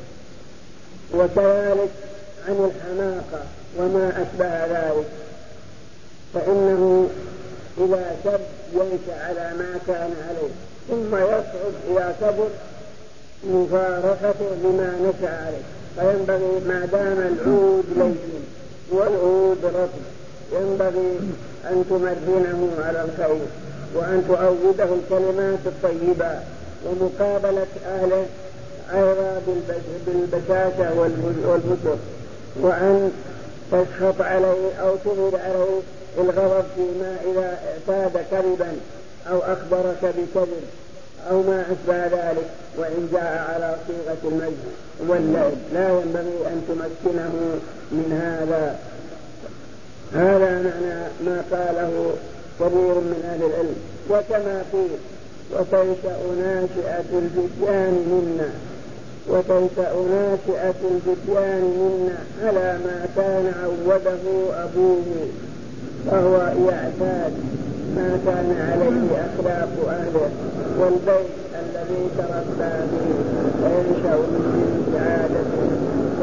وكذلك عن الحماقة وما أشبه ذلك. فإنه إذا شب ينشأ على ما كان عليه، ثم يصعب إذا كبر مفارقته بما نشأ عليه. فينبغي ما دام العود لين والعود رطب ينبغي أن تمرنه على الخير، وأن تعوده الكلمات الطيبة، ومقابلة أهله أيضا بالبشاشة والبشر، وأن تسخط عليه أو تظهر عليه الغضب فيما إذا اعتاد كذبا أو أخبرك بكذب أو ما أشبه ذلك، وإن جاء على صيغة المجد واللعب لا ينبغي أن تمكنه من هذا. هذا معنى ما قاله كثير من أهل العلم. وكما قيل وتنشأ ناشئة الفتيان منا، وتنشأ ناشئة الفتيان منا على ما كان عوده أبوه، فهو يعتاد ما كان عليه أخلاق أهله والبيت الذي تربى فيه، وينشأ من سعادته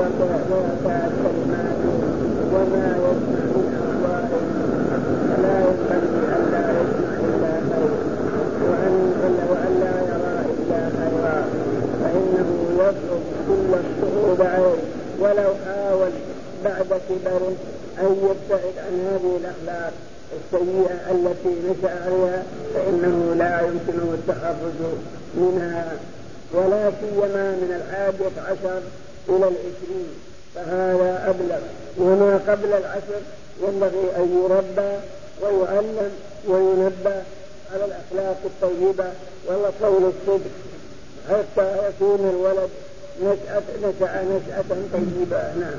وكانت كلماته وما يسمع من أصواتهم فلا ينبغي أن لا يسمع إلا خير وأن لا يرى إلا خيرا، فإنه يصعب كل الصعود عليه ولو حاول بعد كبره أن يبتعد عن هذه الأخلاق السيئة التي نشأ عليها، فإنه لا يمكنه التحرز منها، ولا سيما من الحادية عشر إلى العشرين، فهذا أبلغ. وما قبل العشر ينبغي أن يربى ويعلم وينبه على الأخلاق الطيبة والقول الصدق حتى يكون الولد نشأ نشأة طيبة. نعم.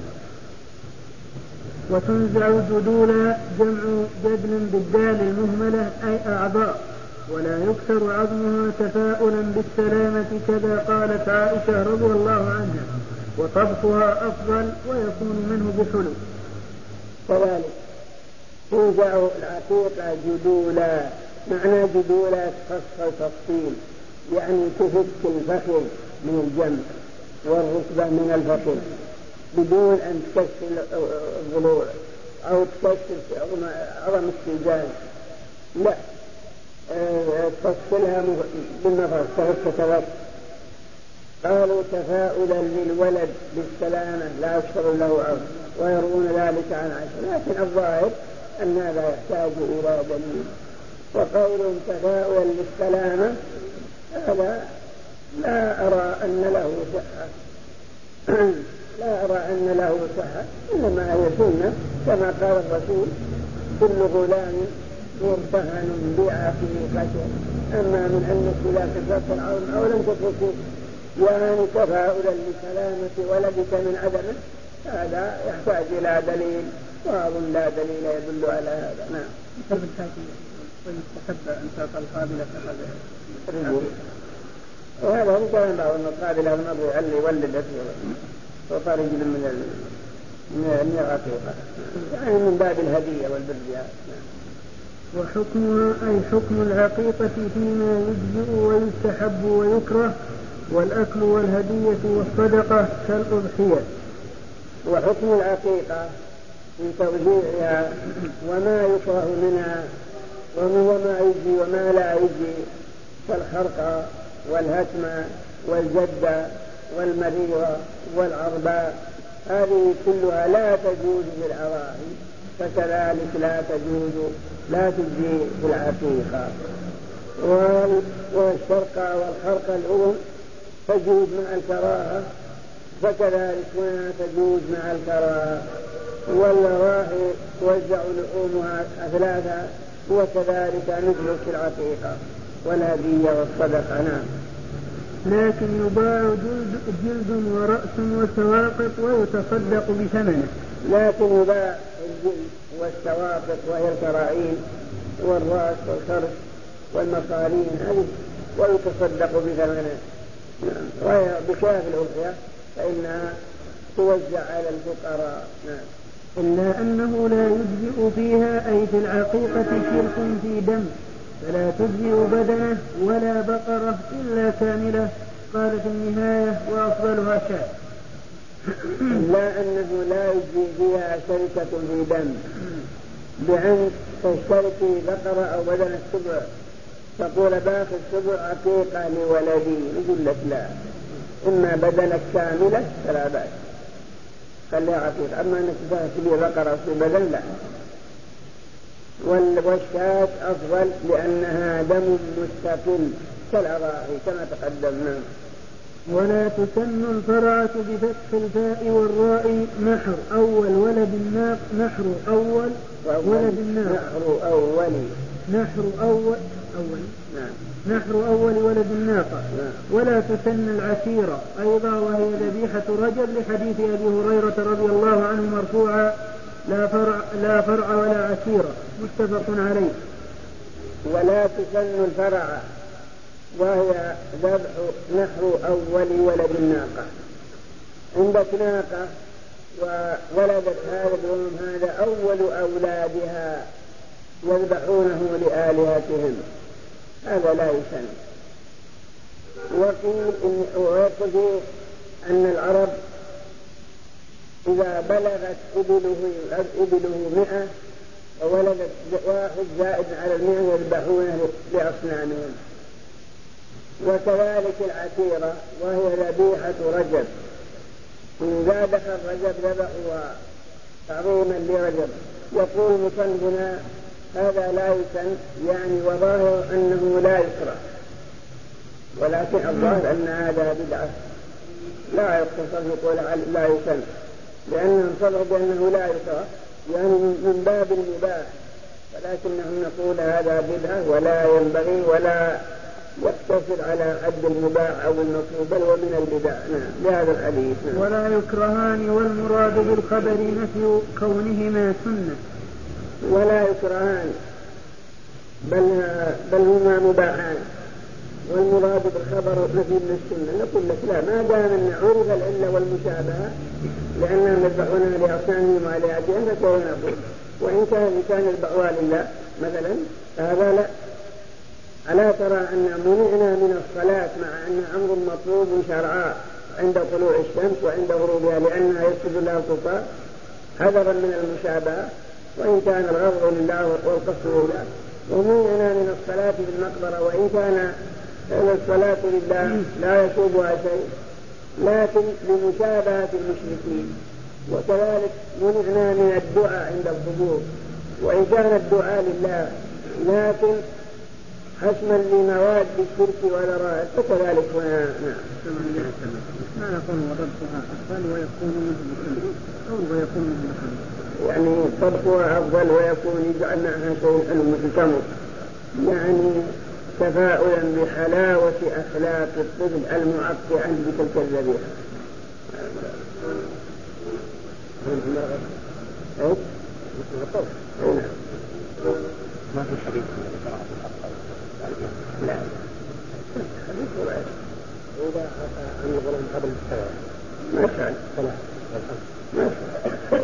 وتنزع جدولا جمع جدل بالدال المهملة أي أعضاء، ولا يكسر عظمها تفاؤلا بالسلامة كذا قالت عائشة رضي الله عنها، وطبخها أفضل ويكون منه بحلو. كذلك تنزع العقيقة جدولا، معنى جدولا تفصل تفصيل، يعني تفك الفخذ من الجنب والركبة من الفخذ بدون أن تكسر الضلوع أو تكسر عظم السجان، لا، تفصلها بالنظر تفك تفك. قالوا تفاؤلا للولد بالسلامة لا يكسر له عظم، ويرون ذلك عن عائشة، لكن الظاهر أن هذا يحتاج إلى دليل. وقولهم تفاؤلا للسلامة هذا لا أرى أن له صحة لا أرى أن له صحة، إنما هي سنة كما قال الرسول كل غلام مرتهن بعقيقته، أما من أنك لا تفك العظم أو لم تفك يعني تفاؤلا لسلامة ولدك من عدمه، هذا يحتاج إلى دليل، وأظن لا دليل يدل على هذا. نعم. ويستحب أن تعطى القابلة هذا وهذا هو كلام بعض القابلة ونظر اللي ولدت وصار رجل من من العقيقة، يعني من باب الهدية والبر. وحكمها أي حكم العقيقة فيما يجزئ ويستحب ويكره، والأكل والهدية والصدقة كالأضحية. وحكم العقيقة في توزيعها وما يكره منها وما يجي وما لا يجي كالخرقة والهتمة والجدة والمريضة والعرباء، هذه كلها لا تجوز بالأضاحي، فكذلك لا تجوز لا تجزي بالعقيقة. والشرقة والخرقة الأم تجوز مع الكراهة، فكذلك ما تجوز مع الكراهة. والراحي توزع لحومها أثلاثا، وكذلك مثل في العقيقة والهدية والصدقة. نعم. لكن يباع جلد, جلد ورأس وسواقط ويتصدق بثمنه. لكن يباع الجلد والسواقط وهي الكراعين والرأس والخرج والمصارين هذه ويتصدق بثمنه. نعم. وهي بخلاف الأضحية فإنها توزع على الفقراء. نعم. إلا أنه لا يجزئ فيها أي في العقيقة شرك في دم، فلا تجزئ بدنه ولا بقرة إلا كاملة. قال في النهاية وأفضلها شاة. إلا أنه لا يجزئ فيها شركة في دم، بأن تشتركي بقرة أو بدن السبع، تقول باقي السبع عقيقة لولدي، يقول لك لا، إما بدنك كاملة فلا بأس خليها عقيقة، أما أنك تشتري بقرة في بدن لا. والشاة أفضل لأنها دم مستقل كالأضاحي كما تقدمنا. ولا تسن الفرعة بفتح الفاء والراء نحر أول ولد الناق نحر أول ولد الناق نحر أول نحر أول أول نعم نحر أول ولد الناقة. ولا تسن العشيرة أيضا، وهي ذبيحة رجب لحديث أبي هريرة رضي الله عنه مرفوعا لا فرع لا فرع ولا عشيرة، متفق عليه. ولا تسن الفرع وهي ذبح نحر أول ولد الناقة. عندك ناقة وولدت هذا اليوم، هذا أول أولادها يذبحونه لآلهتهم، هذا لا يسن. وقيل إن ويقول أن العرب إذا بلغت إبله إبله مئة وولدت واحد زائد على المئة يذبحونه لأصنامهم. وكذلك العتيرة وهي ذبيحة رجب، إذا دخل رجب ذبحوها تعظيما لرجب. يقول مصنفنا هذا لا يسن، يعني وظاهر أنه لا يكره، ولكن الظاهر أن هذا بدعة لا يقتصر يقول لا يسن، لأنهم صدروا بأنه لا يكره يعني من باب المباح، ولكنهم نقول هذا بدعة ولا ينبغي ولا يقتصر على حد المباح أو المطلوب، بل ومن البدع. نعم بهذا الحديث. نعم. ولا يكرهان، والمراد بالخبر نفي كونهما سنة. ولا يكرهان بل, بل هما مباحان، والمراد بالخبر نفي من السنة. نقول لك لا، ما دام أن عرف العلة والمشابهة لأنهم يذبحونها لأصنامهم وآلهتهم فكيف نقول؟ وإن كان كان يذبحوها لله مثلا فهذا لا. ألا ترى أن منعنا من الصلاة مع أن أمر مطلوب شرعا عند طلوع الشمس وعند غروبها لأنها يسجد لها الكفار حذرا من المشابهة، وإن كان الغرض لله والقصد لله. ومنعنا من الصلاة في المقبرة وإن كان الصلاة لله لا يشوبها شيء لكن لمشابهة المشركين. وكذلك منعنا من الدعاء عند القبور وإن كان الدعاء لله لكن حسما لمواد الشرك والرائع فكذلك. ما يكون وضبطها أفضل ويكون مثل أو ويكون مثل يعني طبقها أفضل ويكون يجعل معها شيء حلو مثل تمر، يعني تفاؤلا بحلاوة أخلاق الطفل المعطي عند تلك الذبيحة. ايش؟ ما في حديث لا حديث ولا إذا عن الغلام قبل الصلاة ما فعل ما فعل.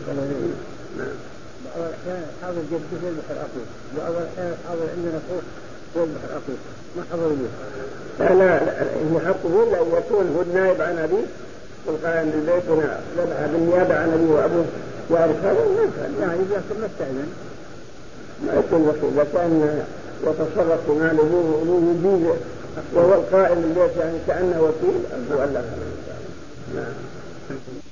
بعض الأحيان حاضر جدي يذبح العقيق، بعض الأحيان حاضر عندنا فوق يذبح العقيق، ما حضر به. لا لا إن حقه لا يكون هو النائب عن أبيه والقائم بالبيت هنا ذبح بالنيابة عن أبيه وأبوه يعرف هذا ما فعل. لا إذا كنا نستأذن ما يكون وكيل، إذا كان يتصرف في ماله ويجيز وهو القائم بالبيت يعني كأنه وكيل أو الله. نعم.